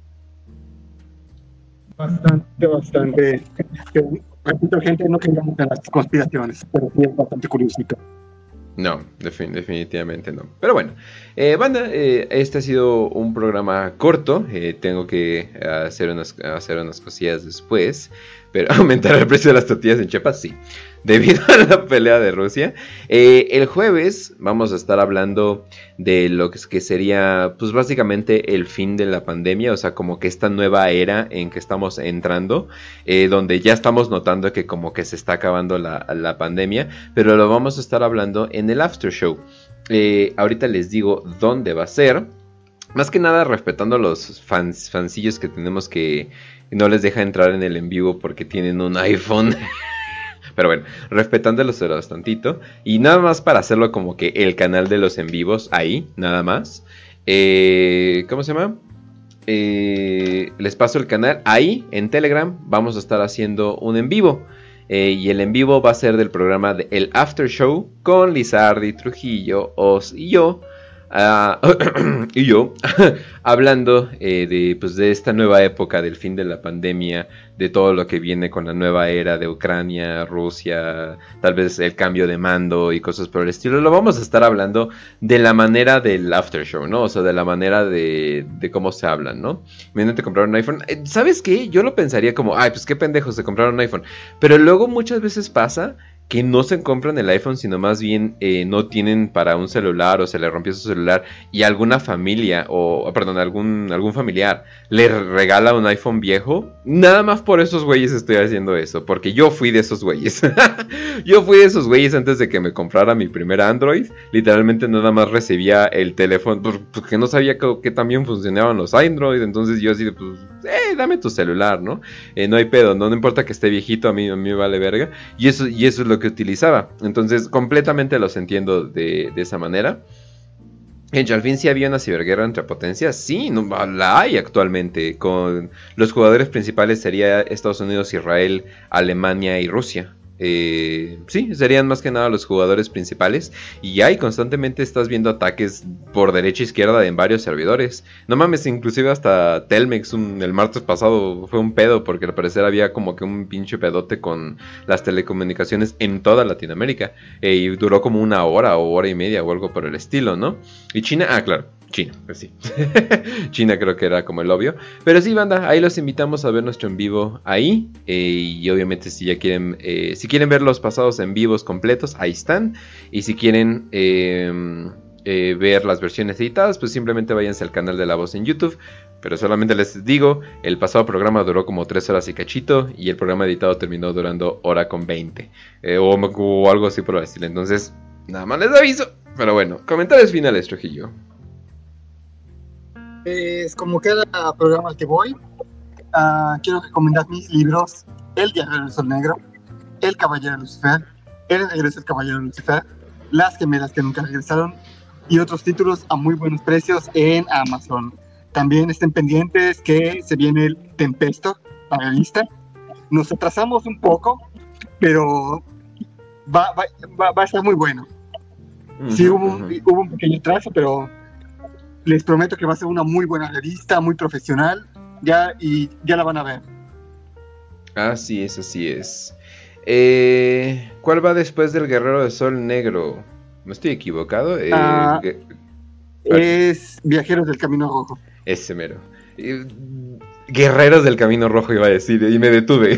Bastante. Hay mucha gente no creemos en las conspiraciones, pero sí es bastante curiosito. No, definitivamente no. Pero bueno, banda, este ha sido un programa corto. Tengo que hacer unas cosillas después. Pero aumentar el precio de las tortillas en Chiapas, sí. Debido a la pelea de Rusia. El jueves vamos a estar hablando de lo que sería, pues básicamente el fin de la pandemia. O sea, como que esta nueva era en que estamos entrando. Donde ya estamos notando que como que se está acabando la pandemia. Pero lo vamos a estar hablando en el after show. Ahorita les digo dónde va a ser. Más que nada respetando a los fancillos que tenemos que no les deja entrar en el en vivo porque tienen un iPhone. Pero bueno, respetándolos tantito. Y nada más para hacerlo como que el canal de los en vivos ahí, nada más. ¿Cómo se llama? Les paso el canal. Ahí, en Telegram, vamos a estar haciendo un en vivo. Y el en vivo va a ser del programa de El After Show con Lizardi, Trujillo, Oz y yo. Hablando de esta nueva época del fin de la pandemia, de todo lo que viene con la nueva era de Ucrania, Rusia, tal vez el cambio de mando y cosas por el estilo. Lo vamos a estar hablando de la manera del after show, ¿no? O sea, de la manera de cómo se hablan, ¿no? Imagínate comprar un iPhone. ¿Sabes qué? Yo lo pensaría como, ay, pues qué pendejos de comprar un iPhone. Pero luego muchas veces pasa que no se compran el iPhone, sino más bien no tienen para un celular o se le rompió su celular y alguna familia algún familiar le regala un iPhone viejo. Nada más por esos güeyes estoy haciendo eso, porque yo fui de esos güeyes. Yo fui de esos güeyes antes de que me comprara mi primer Android. Literalmente nada más recibía el teléfono porque no sabía que también funcionaban los Android. Entonces yo así de, pues, dame tu celular, ¿no? No hay pedo, no importa que esté viejito, a mí me vale verga. Y eso es lo que utilizaba. Entonces completamente los entiendo de esa manera. Al fin sí había una ciberguerra entre potencias. Sí, no, la hay actualmente. Con los jugadores principales sería Estados Unidos, Israel, Alemania y Rusia. Sí, serían más que nada los jugadores principales. Y ahí constantemente estás viendo ataques por derecha e izquierda en varios servidores. No mames, inclusive hasta Telmex el martes pasado fue un pedo, porque al parecer había como que un pinche pedote con las telecomunicaciones en toda Latinoamérica. Y duró como una hora o hora y media o algo por el estilo, ¿no? Y China, claro, China, pues sí. China creo que era como el obvio. Pero sí, banda, ahí los invitamos a ver nuestro en vivo ahí. Y obviamente si ya quieren, si quieren ver los pasados en vivos completos, ahí están. Y si quieren ver las versiones editadas, pues simplemente váyanse al canal de La Voz en YouTube. Pero solamente les digo, el pasado programa duró como 3 horas y cachito. Y el programa editado terminó durando hora con 20. O algo así por el estilo. Entonces, nada más les aviso. Pero bueno, comentarios finales, Trujillo. Pues como cada programa al que voy, quiero recomendar mis libros: El Guerrero del Sol Negro, El Caballero de Lucifer, El Regreso del Caballero de Lucifer, Las Gemelas que Nunca Regresaron y otros títulos a muy buenos precios en Amazon. También estén pendientes que se viene el Tempesto, la revista. Nos atrasamos un poco, pero va a estar muy bueno. Sí, hubo un pequeño atraso, pero les prometo que va a ser una muy buena revista, muy profesional, ya la van a ver. Así es, así es. ¿Cuál va después del Guerrero del Sol Negro? ¿No estoy equivocado? Es Viajeros del Camino Rojo. Ese mero. Guerreros del Camino Rojo iba a decir, y me detuve.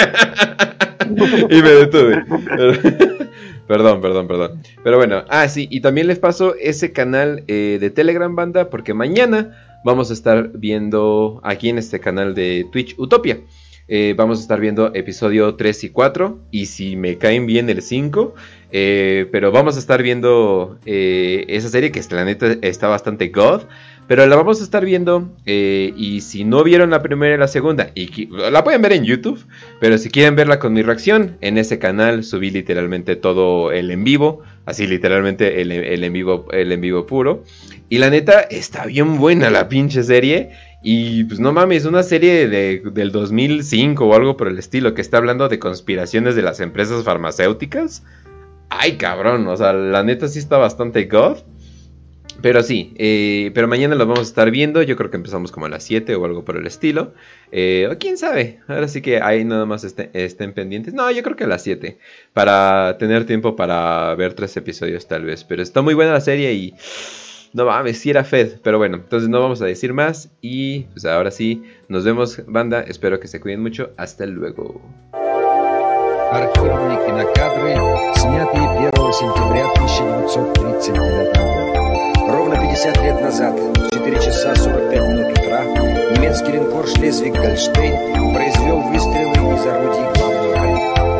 Perdón. Pero bueno, sí, y también les paso ese canal de Telegram, banda, porque mañana vamos a estar viendo aquí en este canal de Twitch Utopia. Vamos a estar viendo episodio 3 y 4, y si me caen bien el 5, pero vamos a estar viendo esa serie que la neta está bastante god. Pero la vamos a estar viendo, y si no vieron la primera y la segunda, la pueden ver en YouTube, pero si quieren verla con mi reacción, en ese canal subí literalmente todo el en vivo, así literalmente el en vivo puro, y la neta está bien buena la pinche serie, y pues no mames, una serie del 2005 o algo por el estilo, que está hablando de conspiraciones de las empresas farmacéuticas. Ay cabrón, o sea, la neta sí está bastante god. Pero sí, pero mañana lo vamos a estar viendo. Yo creo que empezamos como a las 7 o algo por el estilo. O quién sabe. Ahora sí que ahí nada más estén pendientes. No, yo creo que a las 7. Para tener tiempo para ver 3 episodios tal vez. Pero está muy buena la serie y... No mames, sí era Fed. Pero bueno, entonces no vamos a decir más. Y pues ahora sí, nos vemos, banda. Espero que se cuiden mucho. Hasta luego. Архивные кинокадры, снятые 1 сентября 1939 года. Ровно 50 лет назад, в 4 часа 45 минут утра, немецкий линкор «Шлезвиг-Гольштейн» произвел выстрелы из орудий главного калибра.